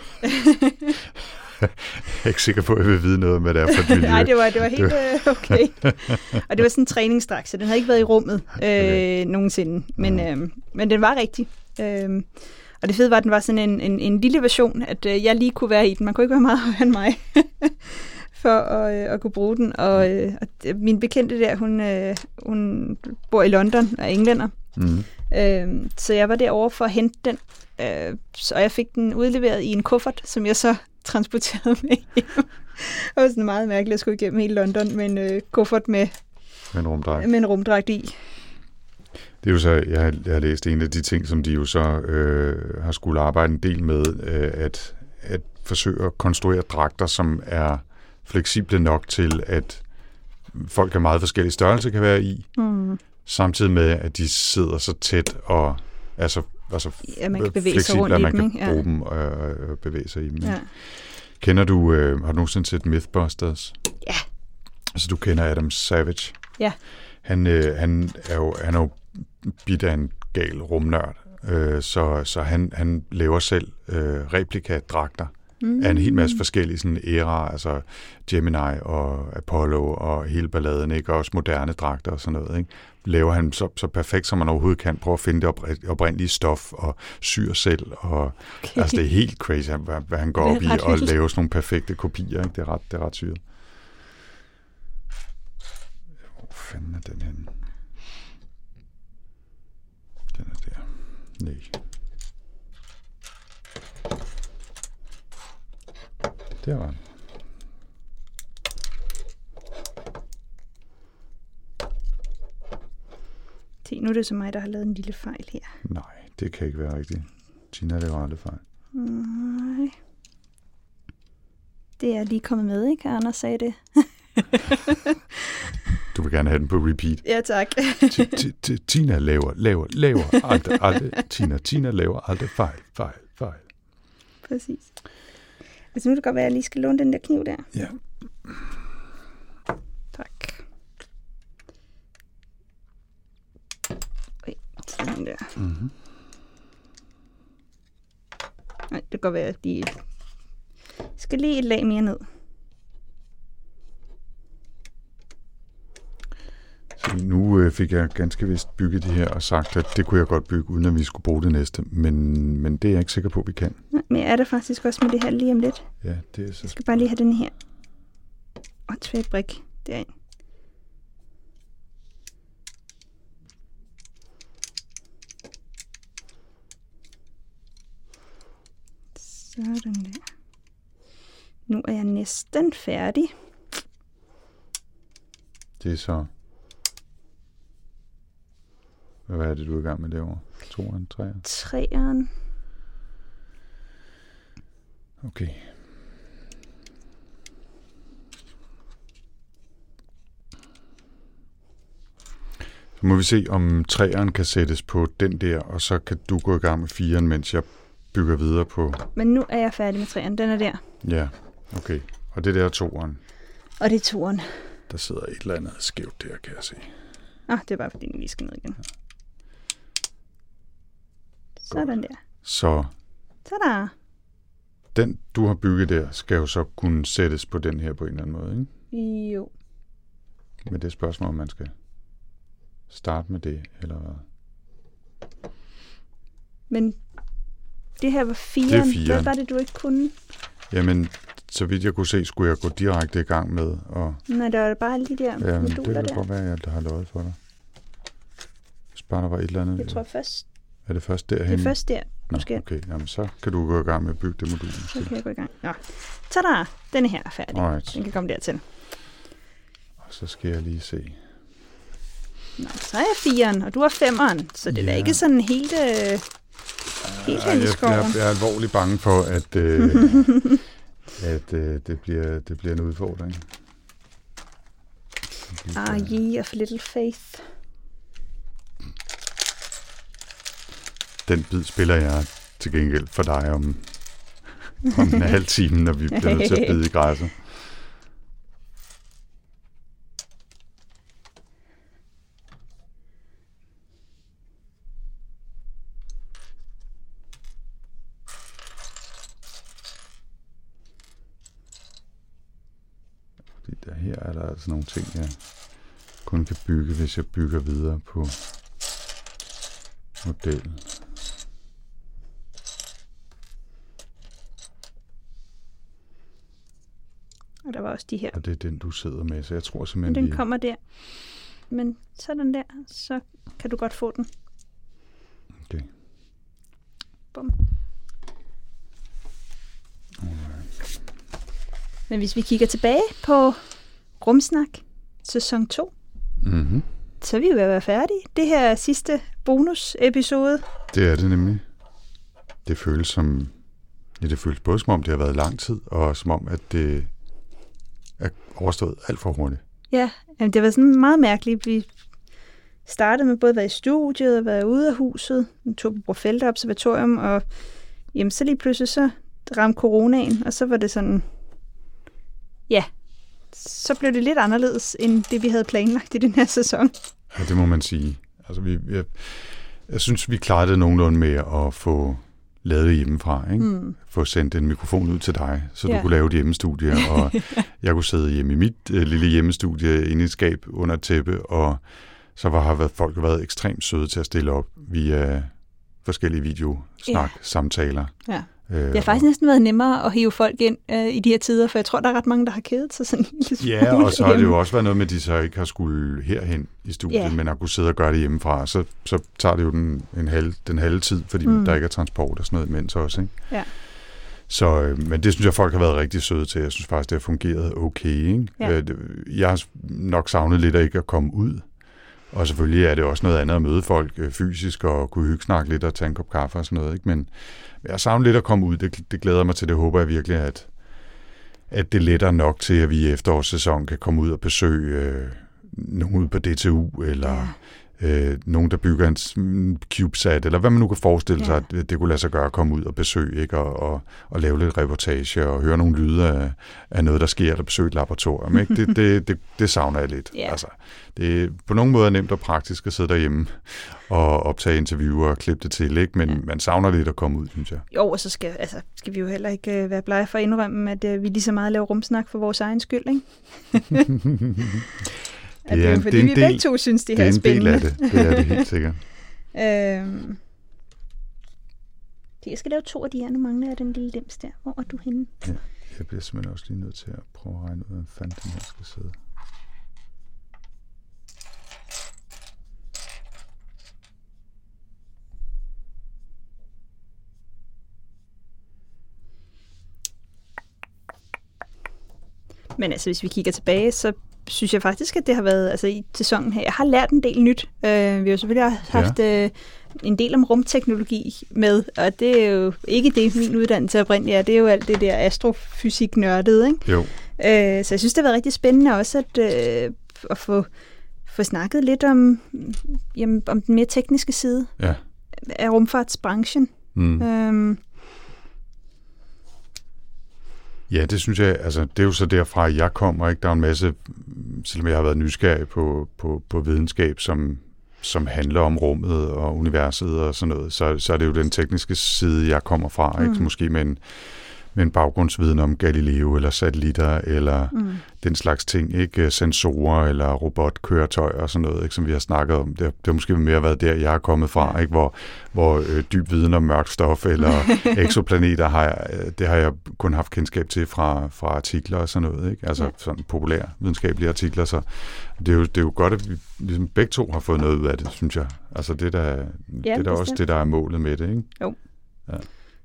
Jeg er ikke sikker på, at jeg vil vide noget med det for et miljø. Nej, det var helt okay. Og det var sådan en træningsdragt, så den havde ikke været i rummet nogensinde. Men den var rigtig. Og det fede var, at den var sådan en lille version, at jeg lige kunne være i den. Man kunne ikke være meget højere end mig. for at kunne bruge den. Og min bekendte der, hun bor i London og er englænder. Så jeg var derovre for at hente den. Og jeg fik den udleveret i en kuffert, som jeg så transporterede med hjem. Det var sådan meget mærkeligt at skulle igennem hele London med en kuffert med en rumdragt i. Det er jo så, jeg har læst en af de ting, som de jo så har skulle arbejde en del med, at forsøge at konstruere dragter, som er fleksible nok til, at folk af meget forskellige størrelser kan være i, samtidig med, at de sidder så tæt og man kan bevæge sig rundt i dem, man kan bruge dem og bevæge sig i dem. Ja. Kender du, har du nogensinde set Mythbusters? Ja. Altså du kender Adam Savage? Ja. Han er jo bidt af en gal rumnørd, så han laver selv replikadragter af en hel masse forskellige sådan æraer, altså Gemini og Apollo og hele balladen, ikke? Og også moderne dragter og sådan noget, ikke? Laver han så perfekt, som man overhovedet kan, prøve at finde det oprindelige stof og syr selv, og altså det er helt crazy, hvad han går op i og laver sådan nogle perfekte kopier, ikke? Det er ret syret. Hvor fanden er den henne? Den er der. Nej. Der var den. Nu er det så mig, der har lavet en lille fejl her. Nej, det kan ikke være rigtigt. Tina laver aldrig fejl. Nej. Det er lige kommet med, ikke? Anders sagde det. Du vil gerne have den på repeat. Ja, tak. Tina laver aldrig. Tina laver aldrig fejl. Præcis. Altså nu kan det godt være, at jeg lige skal låne den der kniv der. Ja. Tak. Sådan der. Mm-hmm. Nej, det kan godt være, at jeg skal lige et lag mere ned. Så nu fik jeg ganske vist bygget de her og sagt, at det kunne jeg godt bygge, uden at vi skulle bruge det næste. Men det er jeg ikke sikker på, at vi kan. Nej, men jeg er der faktisk også med det her lige om lidt. Ja, det er så. Jeg skal bare lige have den her. Og tværbrik derind. Sådan der. Nu er jeg næsten færdig. Det er så... Hvad er det, du er i gang med derovre? 2'eren, 3'eren? 3'eren. Okay. Så må vi se, om 3'eren kan sættes på den der, og så kan du gå i gang med 4'eren, mens jeg bygger videre på... Men nu er jeg færdig med 3'eren. Den er der. Ja, okay. Og det der er 2'eren. Og det er 2'eren. Der sidder et eller andet skævt der, kan jeg se. Det er bare fordi, den lige skal ned igen. Sådan der. Så tada! Den, du har bygget der, skal jo så kunne sættes på den her på en eller anden måde, ikke? Jo. Men det er spørgsmål, om man skal starte med det, eller hvad? Men det her var 4'eren. Det er 4'eren. Hvad var det, du ikke kunne? Jamen, så vidt jeg kunne se, skulle jeg gå direkte i gang med. Og... Nej, det var bare alle de der moduler det kan der. godt være, at jeg har løjet for dig. Hvis bare der var et eller andet. Jeg tror først. Er det først derhen? Det er først der. Nå, okay. Jamen, så kan du gå i gang med at bygge det modul. Så kan jeg gå i gang. Nå. Tada! Denne her er færdig. Alright. Den kan komme dertil. Og så skal jeg lige se. Nå, så er jeg 4'eren, og du er 5'eren. Så det er da ikke sådan helt hen i skoven. Jeg er alvorligt bange for, at, det bliver en udfordring. Ye of little faith. Den bid spiller jeg til gengæld for dig om en halv time, når vi bliver nødt til at bide i græsset. Fordi der her er der altså nogle ting, jeg kun kan bygge, hvis jeg bygger videre på modellen. Og der var også de her. Og det er den, du sidder med, så jeg tror Men simpelthen, den kommer der. Men sådan der, så kan du godt få den. Okay. Bum. Men hvis vi kigger tilbage på Rumsnak sæson 2, Mm-hmm. så er vi jo ved at være færdige. Det her er sidste bonus-episode. Det er det nemlig. Det føles som... Ja, det føles både som om, det har været lang tid, og som om, at det er overstået alt for hurtigt. Ja, jamen, det var sådan meget mærkeligt. Vi startede med både at være i studiet og være ude af huset. Vi tog på Brofeldt Observatorium, og jamen, så lige pludselig så ramte coronaen, og så var det sådan... Ja, så blev det lidt anderledes, end det vi havde planlagt i den her sæson. Ja, det må man sige. Altså, jeg synes, vi klarede det nogenlunde med at få lavet det hjemmefra. Ikke? Få sendt en mikrofon ud til dig, så du kunne lave et hjemmestudie, og jeg kunne sidde hjemme i mit lille hjemmestudie inde i et skab under et tæppe, og så har folk været ekstremt søde til at stille op via forskellige videosnak-samtaler. Ja. Det har faktisk næsten været nemmere at hive folk ind i de her tider, for jeg tror, der er ret mange, der har kædet sig sådan en lille smule. Ja, og så har det jo også været noget med, at de så ikke har skulle herhen i studiet, men at kunne sidde og gøre det hjemmefra. Så tager det jo den halve tid, fordi der ikke er transport og sådan noget imens også. Ikke? Ja. Så, men det synes jeg, folk har været rigtig søde til. Jeg synes faktisk, det har fungeret okay. Ikke? Ja. Jeg har nok savnet lidt at ikke at komme ud. Og selvfølgelig er det også noget andet at møde folk fysisk og kunne hyggesnakke lidt og tage en kop kaffe og sådan noget. Ikke? Men jeg savner lidt at komme ud. Det glæder mig til. Det håber jeg virkelig, at det letter nok til, at vi i efterårssæsonen kan komme ud og besøge nogen ude på DTU, eller nogen, der bygger en CubeSat, eller hvad man nu kan forestille sig, at det kunne lade sig gøre at komme ud og besøge, ikke? Og lave lidt reportage og høre nogle lyde af noget, der sker, der besøger et laboratorium. Ikke? Det savner jeg lidt. Yeah. Altså, det er på nogle måder nemt og praktisk at sidde derhjemme og optage interviewer og klippe det til, ikke? Men man savner lidt at komme ud, synes jeg. Jo, og så skal vi jo heller ikke være blege for at indrømme, at vi lige så meget laver rumsnak for vores egen skyld, ikke? Det er jo fordi, vi begge to synes, det her er spændende. Det er en del af det. Det er det helt sikkert. Jeg skal lave 2 af de her. Nu mangler jeg den lille dims der. Hvor er du henne? Ja, jeg bliver simpelthen også lige nødt til at prøve at regne ud, hvordan fanden den her skal sidde. Men altså, hvis vi kigger tilbage, så synes jeg faktisk, at det har været, altså i sæsonen her, jeg har lært en del nyt. Vi har jo selvfølgelig haft en del om rumteknologi med, og det er jo ikke det, min uddannelse oprindeligt er. Det er jo alt det der astrofysik-nørdede, ikke? Jo. Så jeg synes, det har været rigtig spændende også at få snakket lidt om den mere tekniske side af rumfartsbranchen. Ja, det synes jeg, altså det er jo så derfra, jeg kommer, ikke? Der er en masse, selvom jeg har været nysgerrig på videnskab, som handler om rummet og universet og sådan noget, så er det jo den tekniske side, jeg kommer fra, ikke? Måske med en baggrundsviden om Galileo eller satellitter eller den slags ting, ikke? Sensorer eller robotkøretøjer og sådan noget, ikke? Som vi har snakket om. Det har måske mere været der, jeg er kommet fra, ikke? Hvor dyb viden om mørkt stof eller eksoplaneter har jeg kun haft kendskab til fra artikler og sådan noget, ikke? Altså sådan populære videnskabelige artikler, så det er jo godt, at vi ligesom begge to har fået noget ud af det, synes jeg. Altså det er da også det, der er målet med det, ikke? Jo. Ja.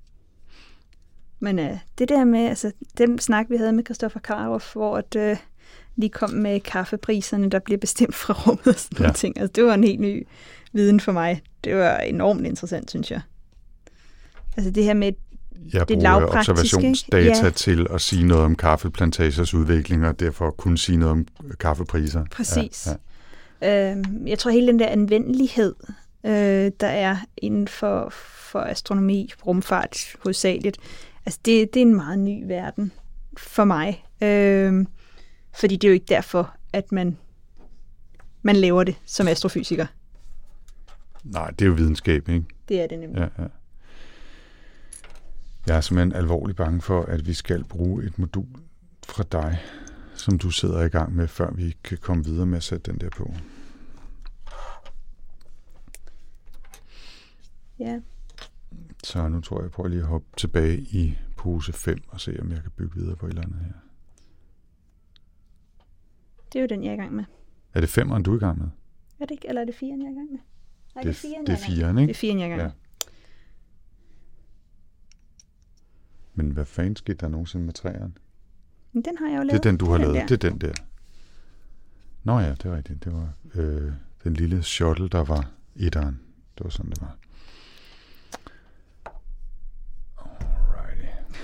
Men det der med, altså den snak, vi havde med Christoffer Karoff, hvor de kom med kaffepriserne, der bliver bestemt fra rummet og sådan nogle ting. Altså, det var en helt ny viden for mig. Det var enormt interessant, synes jeg. Altså det her med det lavpraktiske. Observationsdata til at sige noget om kaffeplantagers udvikling, og derfor kunne sige noget om kaffepriser. Præcis. Ja. Jeg tror, hele den der anvendelighed, der er inden for astronomi, rumfart hovedsageligt, altså det er en meget ny verden for mig. Fordi det er jo ikke derfor, at man laver det som astrofysiker. Nej, det er jo videnskab, ikke? Det er det nemlig. Ja. Jeg er simpelthen alvorligt bange for, at vi skal bruge et modul fra dig, som du sidder i gang med, før vi kan komme videre med at sætte den der på. Ja. Så nu tror jeg, jeg prøver lige at hoppe tilbage i pose 5 og se, om jeg kan bygge videre på et eller andet her. Det er jo den, jeg er i gang med. Er det 5'eren, du er i gang med? Er det ikke? Eller er det 4'eren, jeg er i gang med? Nej, Det er 4'eren, Det ikke? er 4'eren, jeg er i gang med. Ja. Men hvad fanden skete der nogensinde med 3'eren? Men den har jeg jo Det lavet. er den, du har lavet. der. Det er den der. Nå ja, det er rigtigt. Det var den lille shuttle, der var 1'eren. Det var sådan, det var. Alrighty.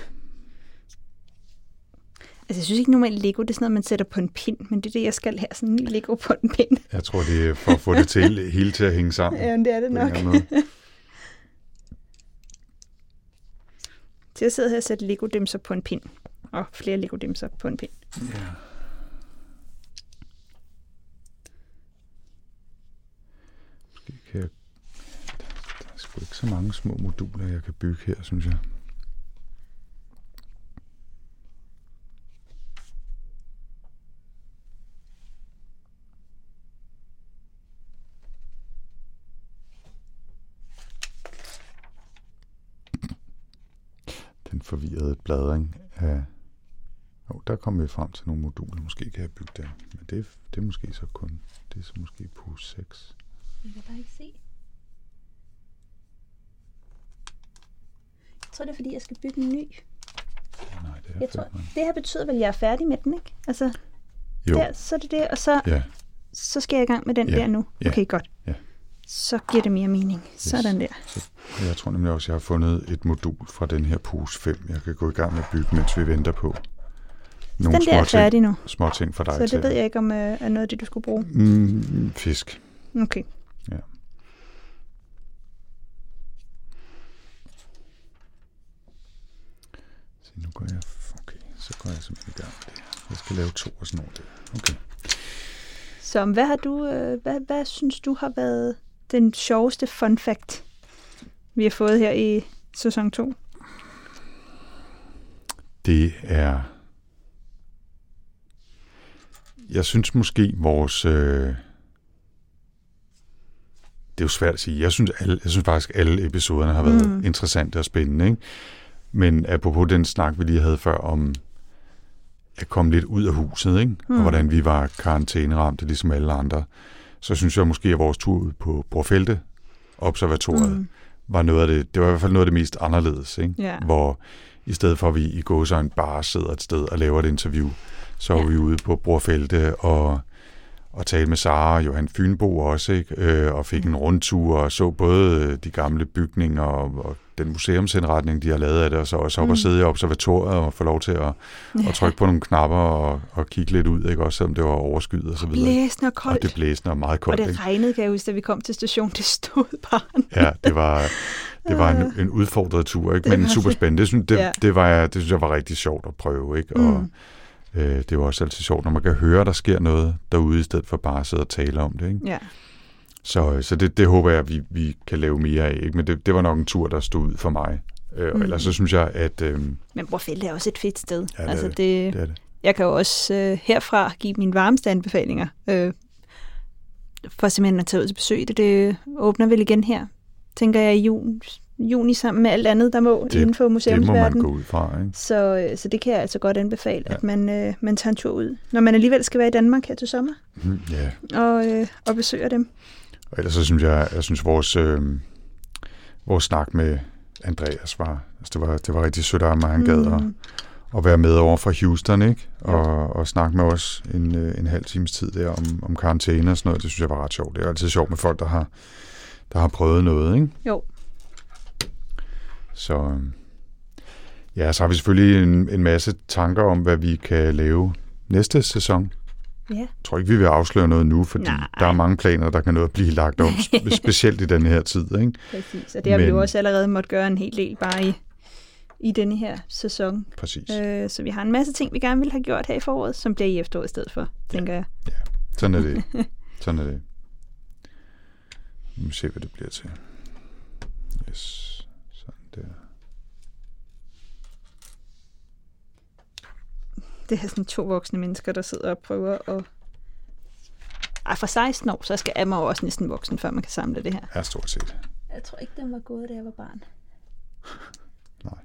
Altså, jeg synes ikke normalt Lego, det er sådan noget, man sætter på en pind, men det er det, jeg skal have, sådan en Lego på en pind. Jeg tror, det er for at få det til hele til at hænge sammen. Ja, det er det på en nok. eller anden måde. Så jeg sidder her og sætter Lego-dimser på en pind, og flere Lego-dimser på en pind. Ja. Måske kan jeg... Der er sgu ikke så mange små moduler, jeg kan bygge her, synes jeg. Den forvirrede bladring af... der kommer vi frem til nogle moduler. Måske kan jeg bygge det. Men det er måske så kun... Det er så måske pus 6. Jeg kan bare ikke se. Jeg tror, det er, fordi jeg skal bygge en ny. Nej, det er Jeg tror, 5'eren. det her betyder vel, at jeg er færdig med den, ikke? Altså, Jo, der, så er det det, og så, ja. så skal jeg i gang med den Ja. der nu. Ja. Okay, godt. Ja. Så giver det mere mening. Sådan der. Jeg tror nemlig også, at jeg har fundet et modul fra den her pus 5. Jeg kan gå i gang med at bygge, mens vi venter på nogle Den der er færdig nu. små ting for dig Så til. det ved jeg ikke, om er noget af det, du skulle bruge. Fisk. Okay. Ja. Så nu går jeg... Okay, så går jeg simpelthen i gang med det her. Jeg skal lave 2 og sådan noget der. Okay. Så hvad har du, hvad synes du har været den sjoveste fun fact, vi har fået her i sæson 2? Det er... Jeg synes måske vores... Det er jo svært at sige. Jeg synes faktisk, alle episoderne har været interessante og spændende. Ikke? Men apropos den snak, vi lige havde før om at komme lidt ud af huset, ikke? Og hvordan vi var karantæneramte, ligesom alle andre, så synes jeg måske, at vores tur ud på Brorfelte observatoriet var noget af det var i hvert fald noget af det mest anderledes, ikke? Ja. Hvor i stedet for, at vi i gåseøjne bare sidder et sted og laver et interview, så var vi ude på Brorfelte og tale med Sara og Johan Fynbo også, ikke? Og fik en rundtur og så både de gamle bygninger og den museumsindretning, de har lavet af det, og så også op og sidde i observatoriet og få lov til at trykke på nogle knapper og kigge lidt ud, ikke? Også selvom det var overskyet og så videre. Blæsende og koldt. Og det blæsende og meget koldt. Og det regnede, kan jeg huske, da vi kom til stationen. Det stod bare. Ja, det var en udfordret tur, ikke? Men super spændende. Det synes jeg var rigtig sjovt at prøve, ikke? Og det er jo også altid sjovt, når man kan høre, der sker noget derude, i stedet for bare at sidde og tale om det, ikke? Ja. Så det håber jeg, at vi kan lave mere af, ikke? Men det var nok en tur, der stod ud for mig. Ellers så synes jeg, at... Men Brorfelte er også et fedt sted. Ja, det altså, er det. Jeg kan jo også herfra give mine varmeste anbefalinger. For simpelthen at tage ud til besøg. Det åbner vel igen her, tænker jeg, i juni sammen med alt andet, der må inden for museumsverdenen. Det må man gå ud fra, ikke? Så det kan jeg altså godt anbefale, at man tager en tur ud, når man alligevel skal være i Danmark her til sommer. Ja. Og besøger dem. Og ellers så synes jeg synes vores snak med Andreas det var rigtig sødt af ham, at han gad at være med over fra Houston, ikke? Og snakke med os en halv times tid der om karantæne og sådan noget. Det synes jeg var ret sjovt. Det er altid sjovt med folk, der har prøvet noget, ikke? Jo. Så så har vi selvfølgelig en masse tanker om, hvad vi kan lave næste sæson. Ja. Jeg tror ikke, vi vil afsløre noget nu, fordi der er mange planer, der kan nå at blive lagt om, specielt i denne her tid, ikke? Præcis, og det har vi jo også allerede måtte gøre en hel del bare i denne her sæson. Præcis. Så vi har en masse ting, vi gerne vil have gjort her i foråret, som bliver i efteråret i stedet for, tænker jeg. Ja, sådan er det. Sådan er det. Nu se, hvad det bliver til. Yes, sådan der. Det er sådan 2 voksne mennesker, der sidder og prøver at... fra 16 år, så skal Emma også næsten voksen, før man kan samle det her. Ja, stort set. Jeg tror ikke, den var gået, da jeg var barn. Nej.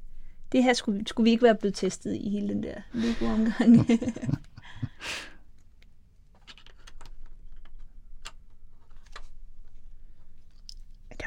Det her skulle vi ikke være blevet testet i hele den der Lego-omgang.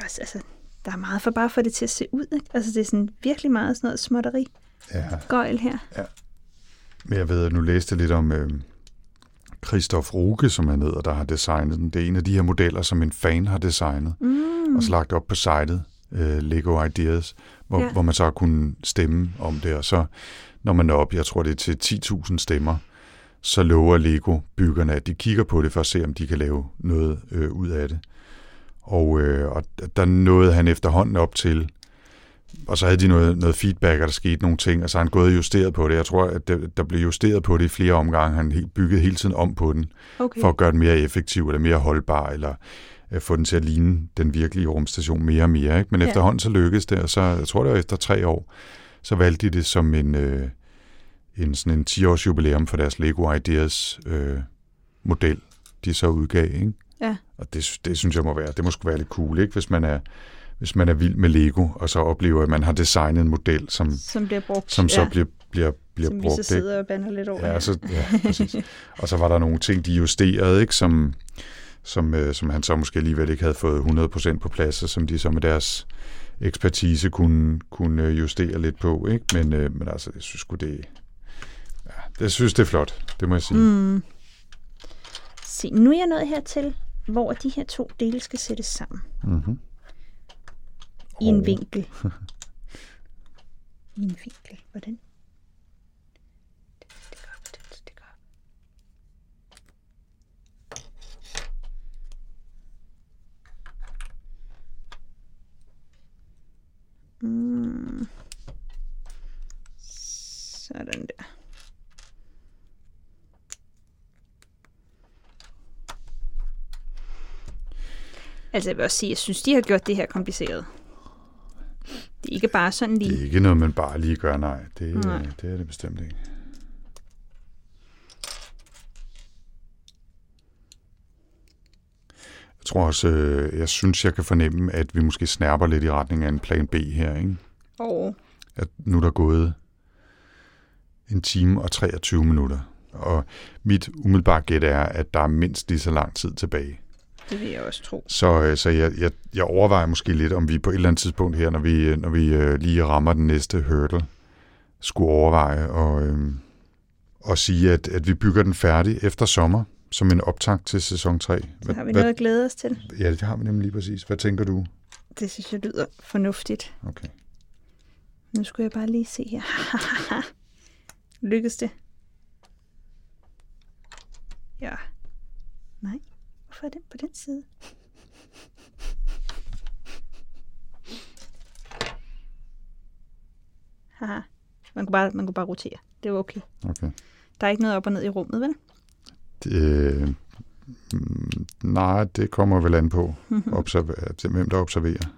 også, altså, der er meget for bare at få det til at se ud, ikke? Altså, det er sådan virkelig meget sådan noget småtteri. Gøjl her. Ja. Men jeg ved, at nu læste jeg lidt om Christoph Ruge, som er nede, og der har designet den. Det er en af de her modeller, som en fan har designet, og så lagt op på sitet, Lego Ideas, hvor man så har kunnet stemme om det, og så når man er op, jeg tror det er til 10.000 stemmer, så lover Lego-byggerne, at de kigger på det for at se, om de kan lave noget ud af det. Og der nåede han efterhånden op til, og så havde de noget feedback, og der skete nogle ting, og så har han gået og justeret på det. Jeg tror, at der blev justeret på det i flere omgange. Han byggede hele tiden om på den, for at gøre den mere effektiv, eller mere holdbar, eller få den til at ligne den virkelige rumstation mere og mere. Ikke? Men efterhånden så lykkedes det, og så, jeg tror det var efter 3 år, så valgte de det som en 10-års jubilæum for deres Lego Ideas model, de så udgav. Ikke? Ja. Og det synes jeg må være, det må sgu være lidt cool, ikke? Hvis man er vild med Lego, og så oplever, at man har designet en model, som bliver brugt, som så bliver som brugt. Som vi så sidder og bander lidt over. Ja, præcis. Og så var der nogle ting, de justerede, ikke? Som han så måske alligevel ikke havde fået 100% på plads, og som de så med deres ekspertise kunne justere lidt på, ikke? Men altså, jeg synes det er flot, det må jeg sige. Se, nu er jeg nået hertil, hvor de her 2 dele skal sættes sammen. Mm-hmm. I en vinkel. I en vinkel. Hvordan? Det gør. Sådan der. Altså jeg vil også sige, jeg synes, de har gjort det her kompliceret. Det er ikke bare sådan lige... Det er ikke noget, man bare lige gør, nej. Det er det bestemt ikke. Jeg tror også, jeg synes, jeg kan fornemme, at vi måske snærper lidt i retning af en plan B her, ikke? At nu er der gået 1 time og 23 minutter. Og mit umiddelbare gæt er, at der er mindst lige så lang tid tilbage. Det vil jeg også tro. Så jeg overvejer måske lidt, om vi på et eller andet tidspunkt her, når vi lige rammer den næste hurdle, skulle overveje og sige, at vi bygger den færdig efter sommer, som en optakt til sæson 3. Så har vi noget at glæde os til. Ja, det har vi nemlig lige præcis. Hvad tænker du? Det synes jeg lyder fornuftigt. Okay. Nu skulle jeg bare lige se her. Lykkes det? Ja. Nej. Hvorfor er den på den side? Haha. Man kunne bare rotere. Det var okay. Der er ikke noget op og ned i rummet, vel? Nej, det kommer vel an på, til hvem der observerer.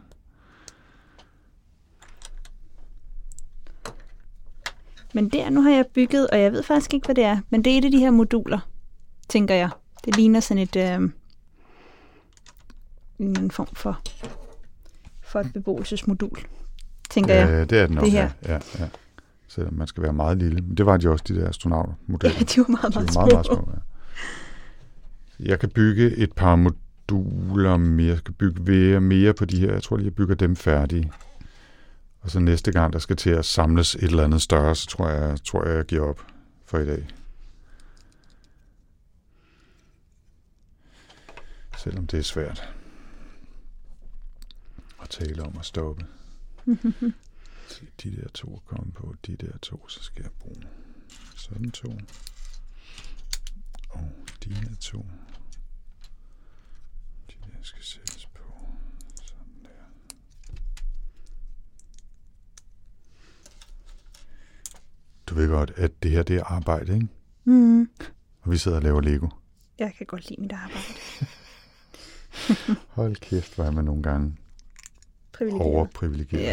Men nu har jeg bygget, og jeg ved faktisk ikke, hvad det er, men det er et af de her moduler, tænker jeg. Det ligner sådan en form for et beboelsesmodul, tænker jeg. Ja, det er den også. Det her. Ja. Selvom man skal være meget lille. Men det var de også, de der astronautermodeller. Ja, de var meget små. Ja. Jeg kan bygge et par moduler mere. Jeg skal bygge mere på de her. Jeg tror lige, jeg bygger dem færdige. Og så næste gang, der skal til at samles et eller andet større, så tror jeg giver op for i dag. Selvom det er svært at tale om at stoppe. De der 2 er kommet på, de der 2, så skal jeg bruge sådan 2. Og de her 2. De der skal sættes på. Sådan der. Du ved godt, at det her, det er arbejde, ikke? Mm. Og vi sidder og laver Lego. Jeg kan godt lide mit arbejde. Hold kæft, hvor er man nogle gange overprivilegeret. Ja.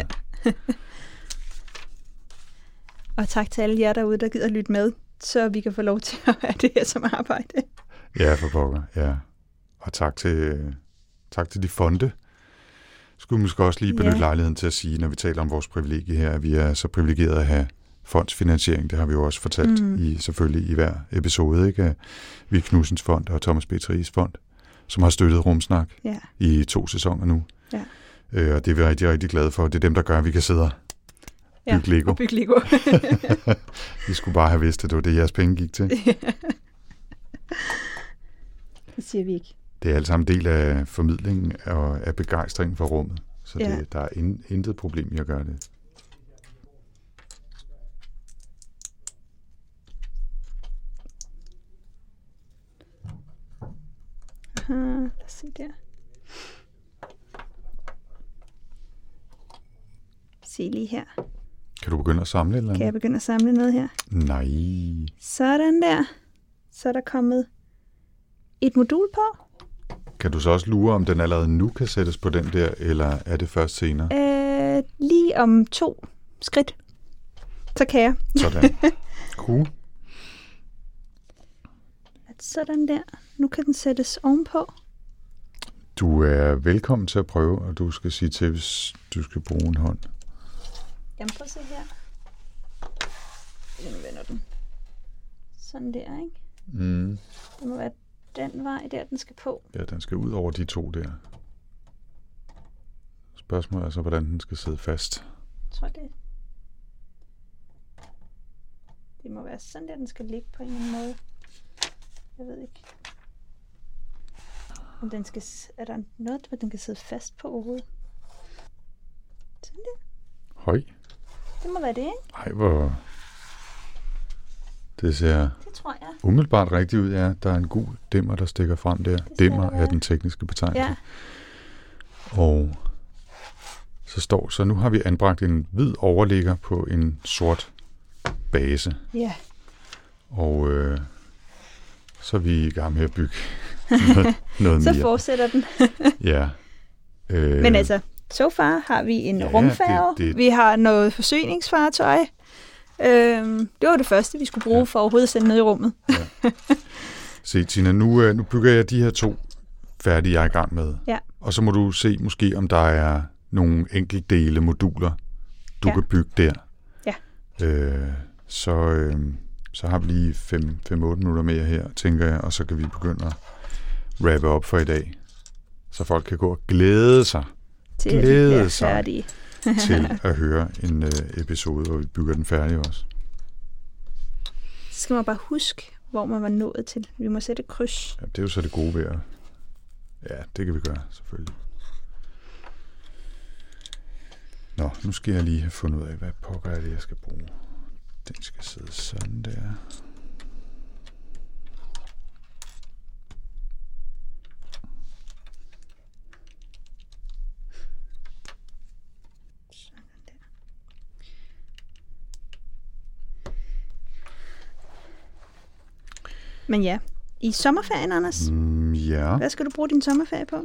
Og tak til alle jer derude, der gider lytte med, så vi kan få lov til at have det her som arbejde. Ja, for pokker, ja. Og tak til de fonde. Skulle måske også lige benytte lejligheden til at sige, når vi taler om vores privilegie her, at vi er så privilegerede at have fondsfinansiering. Det har vi jo også fortalt selvfølgelig i hver episode, ikke? Af Vig Knudsens Fond og Thomas B. Tries Fond, som har støttet Rumsnak i 2 sæsoner nu. Ja. Og det er vi rigtig, rigtig glade for. Det er dem, der gør, at vi kan sidde og bygge Lego. Og bygge Lego. Vi skulle bare have vidst, at det var det, jeres penge gik til. Det siger vi ikke. Det er alt sammen del af formidlingen og af begejstringen for rummet. Så der er intet problem i at gøre det. Lad os se der. Se lige her. Kan du begynde at samle eller Kan jeg begynde at samle noget her? Nej. Sådan der. Så er der kommet et modul på. Kan du så også lure, om den allerede nu kan sættes på den der, eller er det først senere? Lige om 2 skridt. Så kan jeg. Sådan. Cool. Sådan der. Nu kan den sættes ovenpå. Du er velkommen til at prøve, og du skal sige til, hvis du skal bruge en hånd. Jamen prøv at se her. Nu vender den. Sådan der, ikke? Mm. Det må være den vej der, den skal på. Ja, den skal ud over de 2 der. Spørgsmålet er så, hvordan den skal sidde fast. Jeg tror det må være sådan der, den skal ligge på en eller anden måde. Jeg ved ikke. Om den skal, er der noget, hvor den kan sidde fast på overhovedet? Sådan der. Høj. Det må være det, ikke? Ej, hvor... Det ser Det tror jeg. umiddelbart rigtigt ud, ja. Der er en gul dimmer, der stikker frem der. Dimmer er den tekniske betegnelse. Ja. Og så nu har vi anbragt en hvid overligger på en sort base. Ja. Og så er vi i gang med at bygge noget mere. Så fortsætter den. Ja. Men altså, so far har vi en rumfærge. Vi har noget forsyningsfartøj. Det var det første, vi skulle bruge for overhovedet at sende ned i rummet. Ja. Se, Tina, nu bygger jeg de her 2 færdige, jeg er i gang med. Ja. Og så må du se måske, om der er nogle enkeltdele moduler, du kan bygge der. Ja. Så har vi lige 5-8 minutter mere her, tænker jeg, og så kan vi begynde at wrappe op for i dag. Så folk kan gå og glæde sig til at høre en episode, hvor vi bygger den færdig også. Så skal man bare huske, hvor man var nået til. Vi må sætte et kryds. Ja, det er jo så det gode ved at... Ja, det kan vi gøre, selvfølgelig. Nå, nu skal jeg lige have fundet ud af, hvad pokker er det, jeg skal bruge. Den skal sidde sådan der. Men ja, i sommerferien, Anders? Ja. Hvad skal du bruge din sommerferie på?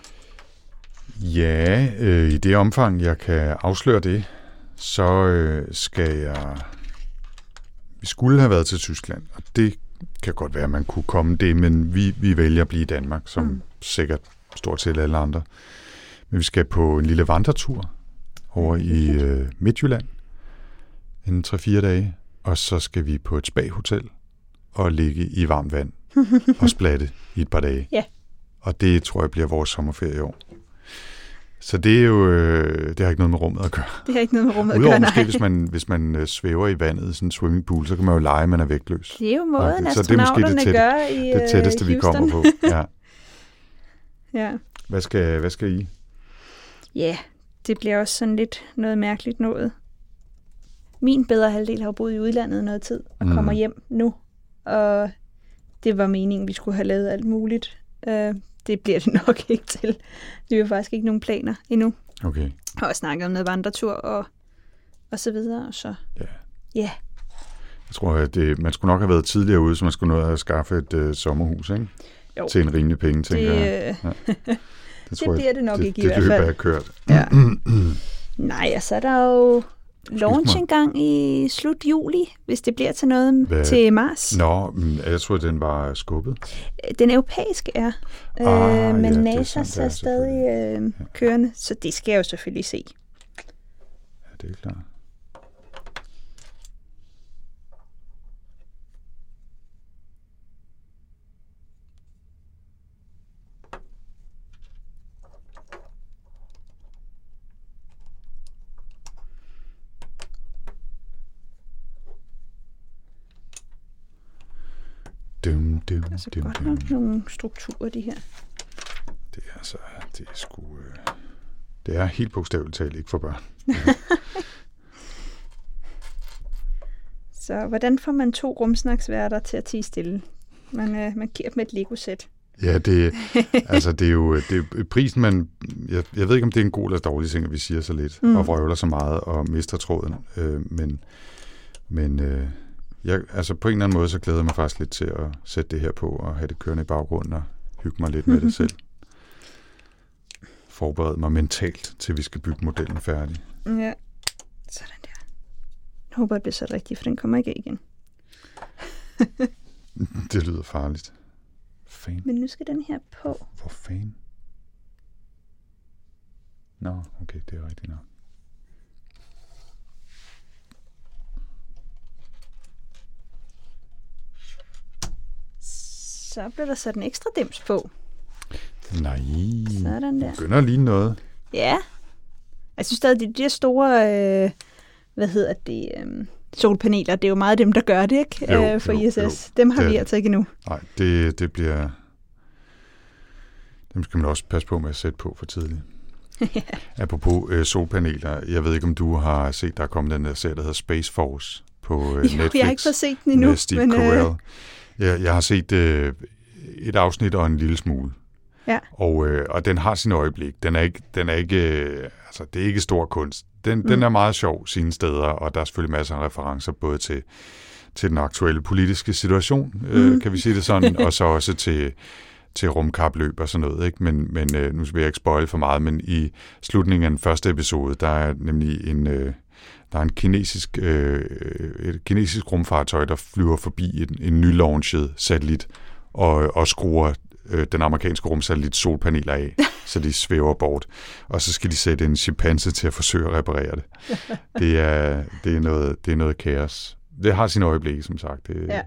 Ja, i det omfang, jeg kan afsløre det, så skal jeg... Vi skulle have været til Tyskland, og det kan godt være, at man kunne komme det, men vi vælger at blive i Danmark, som sikkert stort set alle andre. Men vi skal på en lille vandretur over i Midtjylland, en 3-4 dage, og så skal vi på et spa-hotel og ligge i varmt vand og splatte i et par dage. Ja. Og det tror jeg bliver vores sommerferie i år. Så det er jo, det har ikke noget med rummet at gøre. Det har ikke noget med rummet at Udover gøre, måske, hvis man svæver i vandet i sådan en swimmingpool, så kan man jo lege, at man er vægtløs. Det er jo måden, så det er måske gør i det tætteste, vi kommer på. Ja. Ja. Hvad skal I? Ja, det bliver også sådan lidt noget mærkeligt noget. Min bedre halvdel har jo boet i udlandet noget tid, og kommer hjem nu. Og det var meningen, vi skulle have lavet alt muligt. Det bliver det nok ikke til. Det er jo faktisk ikke nogen planer endnu. Okay. Jeg har også snakket om noget vandretur og så videre. Og så. Ja. Ja. Jeg tror, at man skulle nok have været tidligere ude, så man skulle nå at skaffe et sommerhus, ikke? Jo. Til en rimelig penge, tænker jeg. Ja. Det bliver det nok ikke i hvert fald. Det løb er kørt. Ja. Nej, og så er der jo launch engang i slut juli, hvis det bliver til noget til Mars. Nå, jeg tror, den var skubbet. Den europæiske er, men ja, NASA er stadig kørende, så det skal jeg jo selvfølgelig se. Ja, det er klart. Altså godt nok nogle strukturer, de her. Det er altså, det er sgu... Det er helt bogstaveligt talt ikke for børn. Så hvordan får man 2 rumsnaksværter til at tie stille? Man giver dem et Lego-sæt. Ja, det er jo prisen, jeg ved ikke, om det er en god eller dårlig ting, at vi siger så lidt, og vrøvler så meget og mister tråden. Men altså på en eller anden måde, så glæder jeg mig faktisk lidt til at sætte det her på og have det kørende i baggrunden og hygge mig lidt med det selv. Forberede mig mentalt, til vi skal bygge modellen færdig. Ja, sådan der. Jeg håber, det bliver så rigtigt, for den kommer ikke af igen. Det lyder farligt. Fan. Men nu skal den her på. Hvor fanden? Nå, okay, det er rigtigt nok. Så bliver der sat en ekstra dims på. Nej. Sådan der. Begynder lige noget. Ja. Jeg synes stadig, de der store, solpaneler, det er jo meget dem, der gør det, ikke? For ISS. Jo. Dem har vi altså ikke endnu. Nej, det bliver... Dem skal man også passe på med at sætte på for tidligt. Apropos solpaneler, jeg ved ikke, om du har set, der er kommet den der serie, der hedder Space Force på Netflix. Jeg har ikke fået set den endnu. Med Steve Carell. Jeg har set et afsnit og en lille smule. Ja. Og den har sin øjeblik. Den er ikke altså det er ikke stor kunst. Den er meget sjov sine steder, og der er selvfølgelig masser af referencer både til den aktuelle politiske situation, kan vi sige det sådan, og så også til rumkapløb og sådan noget, ikke? Men nu vil jeg ikke spoil for meget, men i slutningen af den første episode, der er nemlig et kinesisk rumfartøj, der flyver forbi en nylaunchet satellit og skruer den amerikanske rumsatellit solpaneler af, så de svæver bort. Og så skal de sætte en chimpanse til at forsøge at reparere det. Det er noget kaos. Det har sin øjeblik, som sagt. Ja.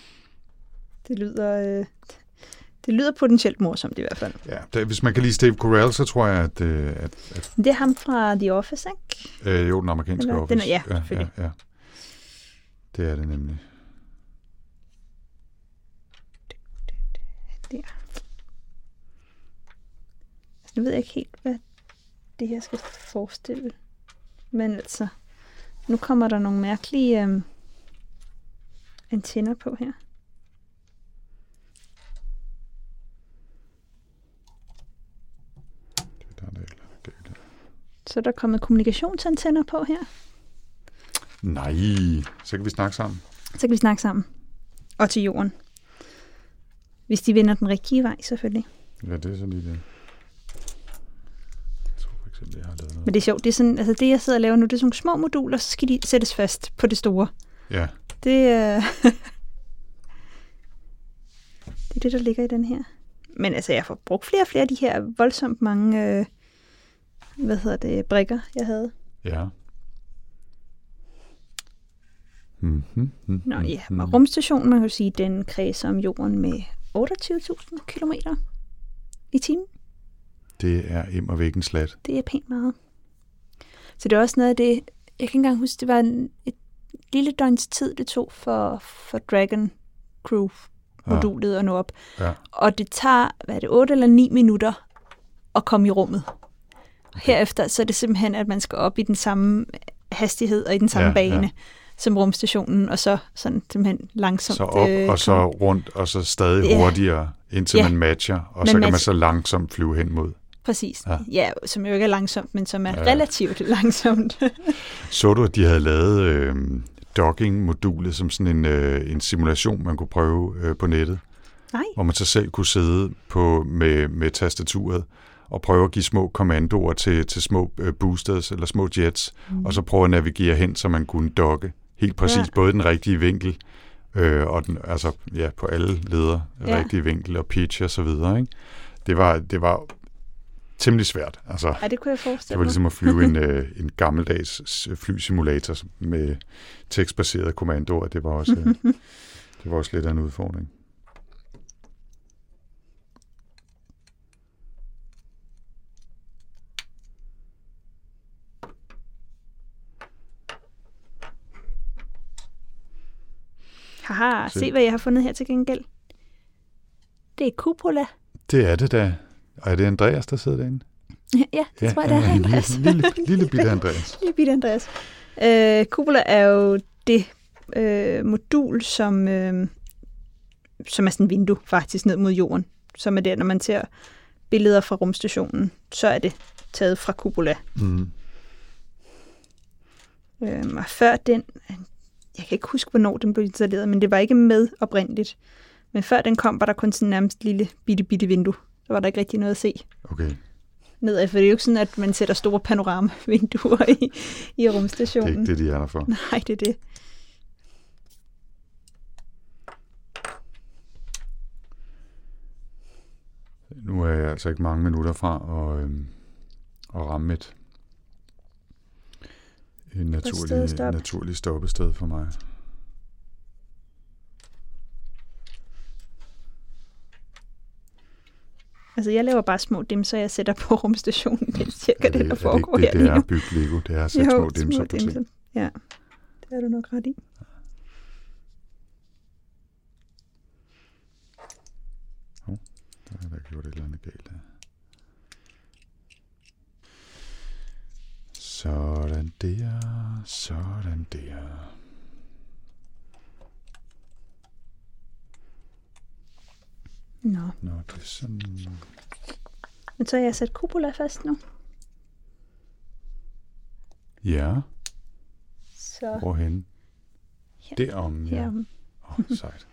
Det lyder potentielt morsomt i hvert fald. Ja, hvis man kan lide Steve Carell, så tror jeg, at det er ham fra The Office, ikke? Jo, den amerikanske Office. Ja, selvfølgelig. Ja. Det er det nemlig. Der. Nu ved jeg ikke helt, hvad det her skal forestille. Men altså, nu kommer der nogle mærkelige antenner på her. Så der er kommet kommunikationsantenner på her. Nej, så kan vi snakke sammen. Og til jorden. Hvis de vender den rigtige vej, selvfølgelig. Ja, det er så lige det. Så for eksempel, jeg har lavet noget. Men det er sjovt. Det er sådan, altså det, jeg sidder og laver nu, det er sådan nogle små moduler, så skal de sættes fast på det store. Ja. Det er det, der ligger i den her. Men altså, jeg får brugt flere og flere af de her voldsomt mange, brikker, jeg havde. Ja. Nå ja, og rumstationen, man kan jo sige, den kredser om jorden med 28.000 kilometer i timen. Det er immervæk en slat. Det er pænt meget. Så det er også noget af det, jeg kan ikke engang huske, det var et lille døgns tid, det tog for Dragon Crew-modulet at nå op. Ja. Og det tager, 8 eller 9 minutter at komme i rummet. Okay. Herefter så er det simpelthen, at man skal op i den samme hastighed og i den samme bane som rumstationen, og så sådan simpelthen langsomt. Så op, og så rundt, og så stadig hurtigere, indtil man matcher, og så kan man så langsomt flyve hen mod. Præcis. Ja, som jo ikke er langsomt, men som er relativt langsomt. Så du, at de havde lavet docking-modulet som sådan en simulation, man kunne prøve på nettet? Nej. Hvor man så selv kunne sidde med tastaturet og prøve at give små kommandoer til små boosters eller små jets, og så prøve at navigere hen, så man kunne docke helt præcis både den rigtige vinkel, og den, altså på alle leder rigtige vinkel og pitch og så videre, ikke? Det var temmelig svært. Altså, det kunne jeg forestille mig. Det var ligesom at flyve en gammeldags flysimulator med tekstbaserede kommandoer. Det var også lidt af en udfordring. Haha, se hvad jeg har fundet her til gengæld. Det er cupola. Det er det da. Og er det Andreas, der sidder derinde? Ja, det tror jeg, det er Andreas. Lille bitte Andreas. Lille bitte Andreas. Cupola er jo det modul, som er sådan et vindue faktisk ned mod jorden. Som er der, når man ser billeder fra rumstationen, så er det taget fra cupola. Mm. Og før den, jeg kan ikke huske, hvornår den blev installeret, men det var ikke med oprindeligt. Men før den kom, var der kun sådan nærmest lille bitte vindue. Så var der ikke rigtig noget at se. Okay. Nedad, for det er jo ikke sådan, at man sætter store panoramavinduer i rumstationen. Det er ikke det, de er der for. Nej, det er det. Nu er jeg altså ikke mange minutter fra at ramme et naturligt stoppested for mig. Altså, jeg laver bare små dimser, jeg sætter på rumstationen. Det er cirka det, der foregår her lige nu. Det er at bygge Lego. Det er at sætte små dimser på ting. Ja, det er du nok ret i. Der er gjort et eller andet galt her. Sådan der. Nå, det er sådan... men så har jeg sat cupola fast nu. Ja. Så. Hvorhen? Ja. Derom, ja. Herom. Sejt.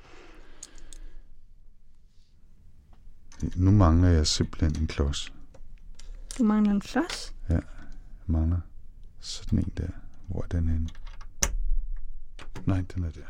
Nu mangler jeg simpelthen en klods. Du mangler en klods? Ja, jeg mangler sådan en der. Hvor er den henne? Nej, den er der.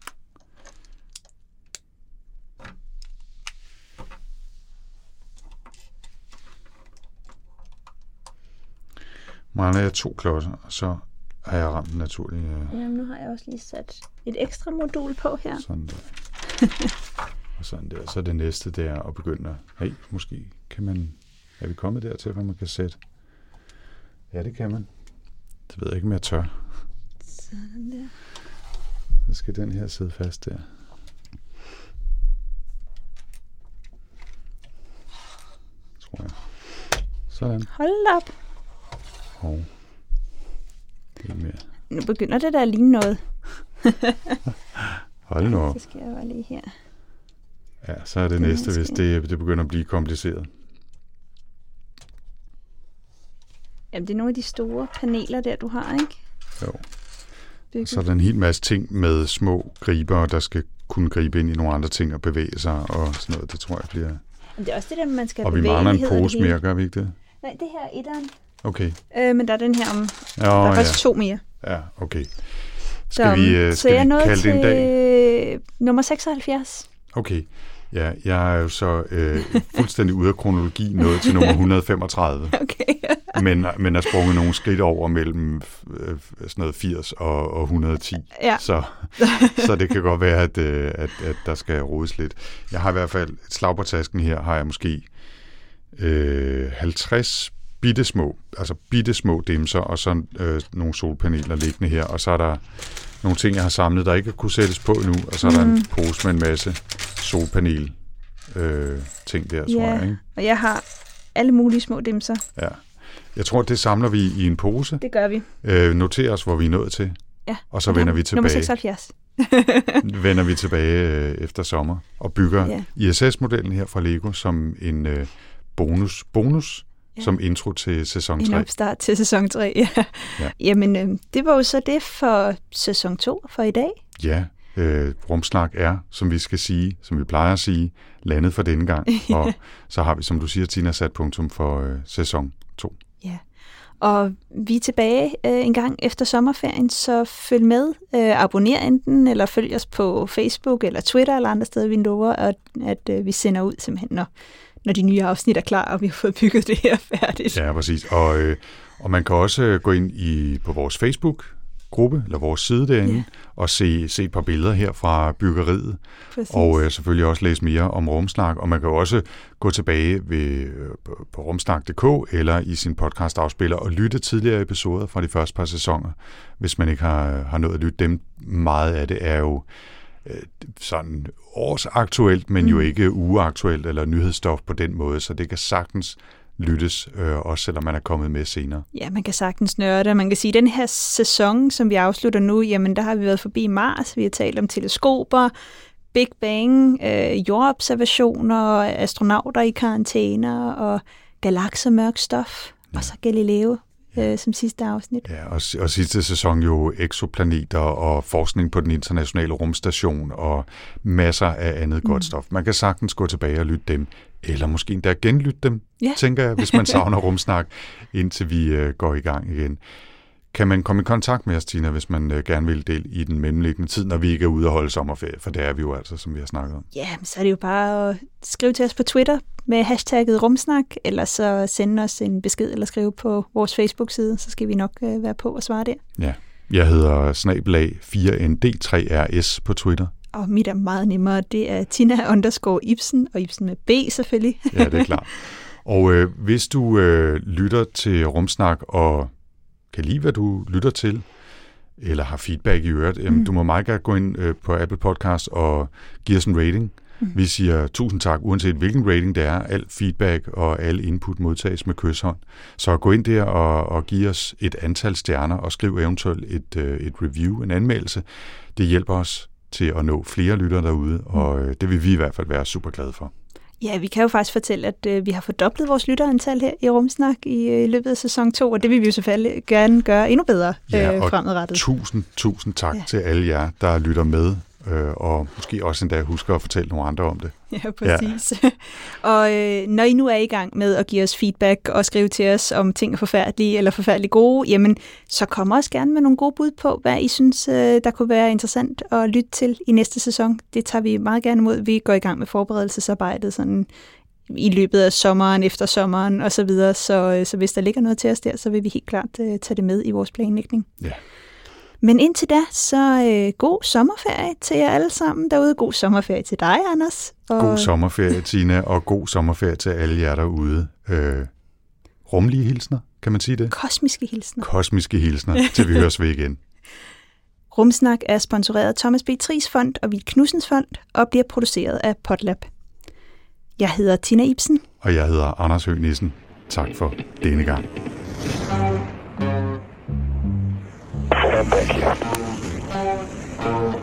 Mangler jeg 2 klodser, og så har jeg ramt den naturlige... Jamen, nu har jeg også lige sat et ekstra modul på her. Sådan der. Og sådan der. Så det næste, det er at begynde at... Hey, måske kan man... Er vi kommet dertil, hvor man kan sætte... Ja, det kan man. Det ved jeg ikke, om jeg tør. Sådan der. Så skal den her sidde fast der. Tror jeg. Sådan. Hold op. Og lidt mere. Nu begynder det der at ligne noget. Hold nu op. Så skal jeg bare lige her. Ja, så er det næste, hvis det begynder at blive kompliceret. Jamen, det er nogle af de store paneler der, du har, ikke? Jo. Så er der en hel masse ting med små griber, der skal kunne gribe ind i nogle andre ting og bevæge sig og sådan noget. Det tror jeg bliver... Men det er også det der, man skal og vi mangler en pose mere, gør vi ikke det? Nej, det her er etteren. Okay. Men der er den her om... der er faktisk 2 mere. Ja, okay. Skal vi kalde det en dag? Nummer 76. Okay. Ja, jeg er jo så fuldstændig ude af kronologi nået til nummer 135. Okay. men er sprunget nogle skridt over mellem sådan noget 80 og 110. Ja. Så det kan godt være, at der skal rodes lidt. Jeg har i hvert fald et slag på tasken her, har jeg måske 50 bittesmå dimser, og så nogle solpaneler liggende her, og så er der nogle ting, jeg har samlet, der ikke kunne sættes på endnu, og så er der en pose med en masse solpanel ting der, tror jeg. Ikke? Og jeg har alle mulige små dimser. Ja. Jeg tror, det samler vi i en pose. Det gør vi. Noterer os, hvor vi er nået til. Ja. Og så vender vi tilbage. Nummer 76. Vender vi tilbage efter sommer og bygger ISS-modellen her fra Lego som en bonus som intro til sæson 3. En opstart til sæson 3, ja. Jamen, det var jo så det for sæson 2 for i dag. Ja, Rumsnak er, som vi skal sige, som vi plejer at sige, landet for denne gang. Og så har vi, som du siger, Tina, sat punktum for sæson 2. Ja, og vi er tilbage en gang efter sommerferien, så følg med, abonner enten, eller følg os på Facebook eller Twitter eller andre steder, vi lover, at vi sender ud simpelthen, når de nye afsnit er klar, og vi har fået bygget det her færdigt. Ja, præcis. Og man kan også gå ind på vores Facebook-gruppe, eller vores side derinde, og se et par billeder her fra byggeriet. Præcis. Og selvfølgelig også læse mere om Rumsnak. Og man kan også gå tilbage på rumsnak.dk eller i sin podcast-afspiller og lytte tidligere episoder fra de første par sæsoner, hvis man ikke har nået at lytte dem. Meget af det er jo sådan årsaktuelt, men jo ikke ugeaktuelt eller nyhedsstof på den måde, så det kan sagtens lyttes, også selvom man er kommet med senere. Ja, man kan sagtens nørde. Man kan sige, at den her sæson, som vi afslutter nu, jamen der har vi været forbi Mars, vi har talt om teleskoper, Big Bang, jordobservationer, astronauter i karantæner og galakser, mørk stof, og så Galileo som sidste afsnit. Ja, og sidste sæson jo eksoplaneter og forskning på den internationale rumstation og masser af andet godt stof. Man kan sagtens gå tilbage og lytte dem, eller måske endda genlytte dem, tænker jeg, hvis man savner rumsnak, indtil vi går i gang igen. Kan man komme i kontakt med os, Tina, hvis man gerne vil dele i den mellemliggende tid, når vi ikke er ude og holde sommerferie, for det er vi jo altså, som vi har snakket om. Ja, så er det jo bare at skrive til os på Twitter med hashtagget rumsnak, eller så sende os en besked eller skrive på vores Facebook-side, så skal vi nok være på og svare der. Ja, jeg hedder @4nd3rs på Twitter. Og mit er meget nemmere, det er Tina_Ibsen, og Ibsen med B selvfølgelig. Ja, det er klart. Og hvis du lytter til Rumsnak og kan lide, hvad du lytter til, eller har feedback i øret, du må meget gerne gå ind på Apple Podcast og give os en rating. Vi siger 1000 tak, uanset hvilken rating det er. Al feedback og al input modtages med kysshånd. Så gå ind der og giv os et antal stjerner, og skriv eventuelt et review, en anmeldelse. Det hjælper os til at nå flere lyttere derude, og det vil vi i hvert fald være super glade for. Ja, vi kan jo faktisk fortælle, at vi har fordoblet vores lytterantal her i Rumsnak i løbet af sæson 2, og det vil vi jo selvfølgelig gerne gøre endnu bedre fremadrettet. Tusind tak til alle jer, der lytter med, og måske også endda husker at fortælle nogle andre om det. Ja, præcis. Ja. Og når I nu er i gang med at give os feedback og skrive til os om ting er forfærdelige eller forfærdeligt gode, jamen så kom også gerne med nogle gode bud på, hvad I synes, der kunne være interessant at lytte til i næste sæson. Det tager vi meget gerne imod. Vi går i gang med forberedelsesarbejdet sådan i løbet af sommeren, efter sommeren og så videre. Så hvis der ligger noget til os der, så vil vi helt klart tage det med i vores planlægning. Ja. Men indtil da, så god sommerferie til jer alle sammen derude. God sommerferie til dig, Anders. Og god sommerferie, Tina, og god sommerferie til alle jer derude. Rumlige hilsner, kan man sige det? Kosmiske hilsner. Kosmiske hilsner, til vi høres ved igen. Rumsnak er sponsoreret af Thomas B. Thries Fond og Vild Knudsens Fond og bliver produceret af Podlab. Jeg hedder Tina Ibsen. Og jeg hedder Anders Høgh Nissen. Tak for denne gang. Thank you.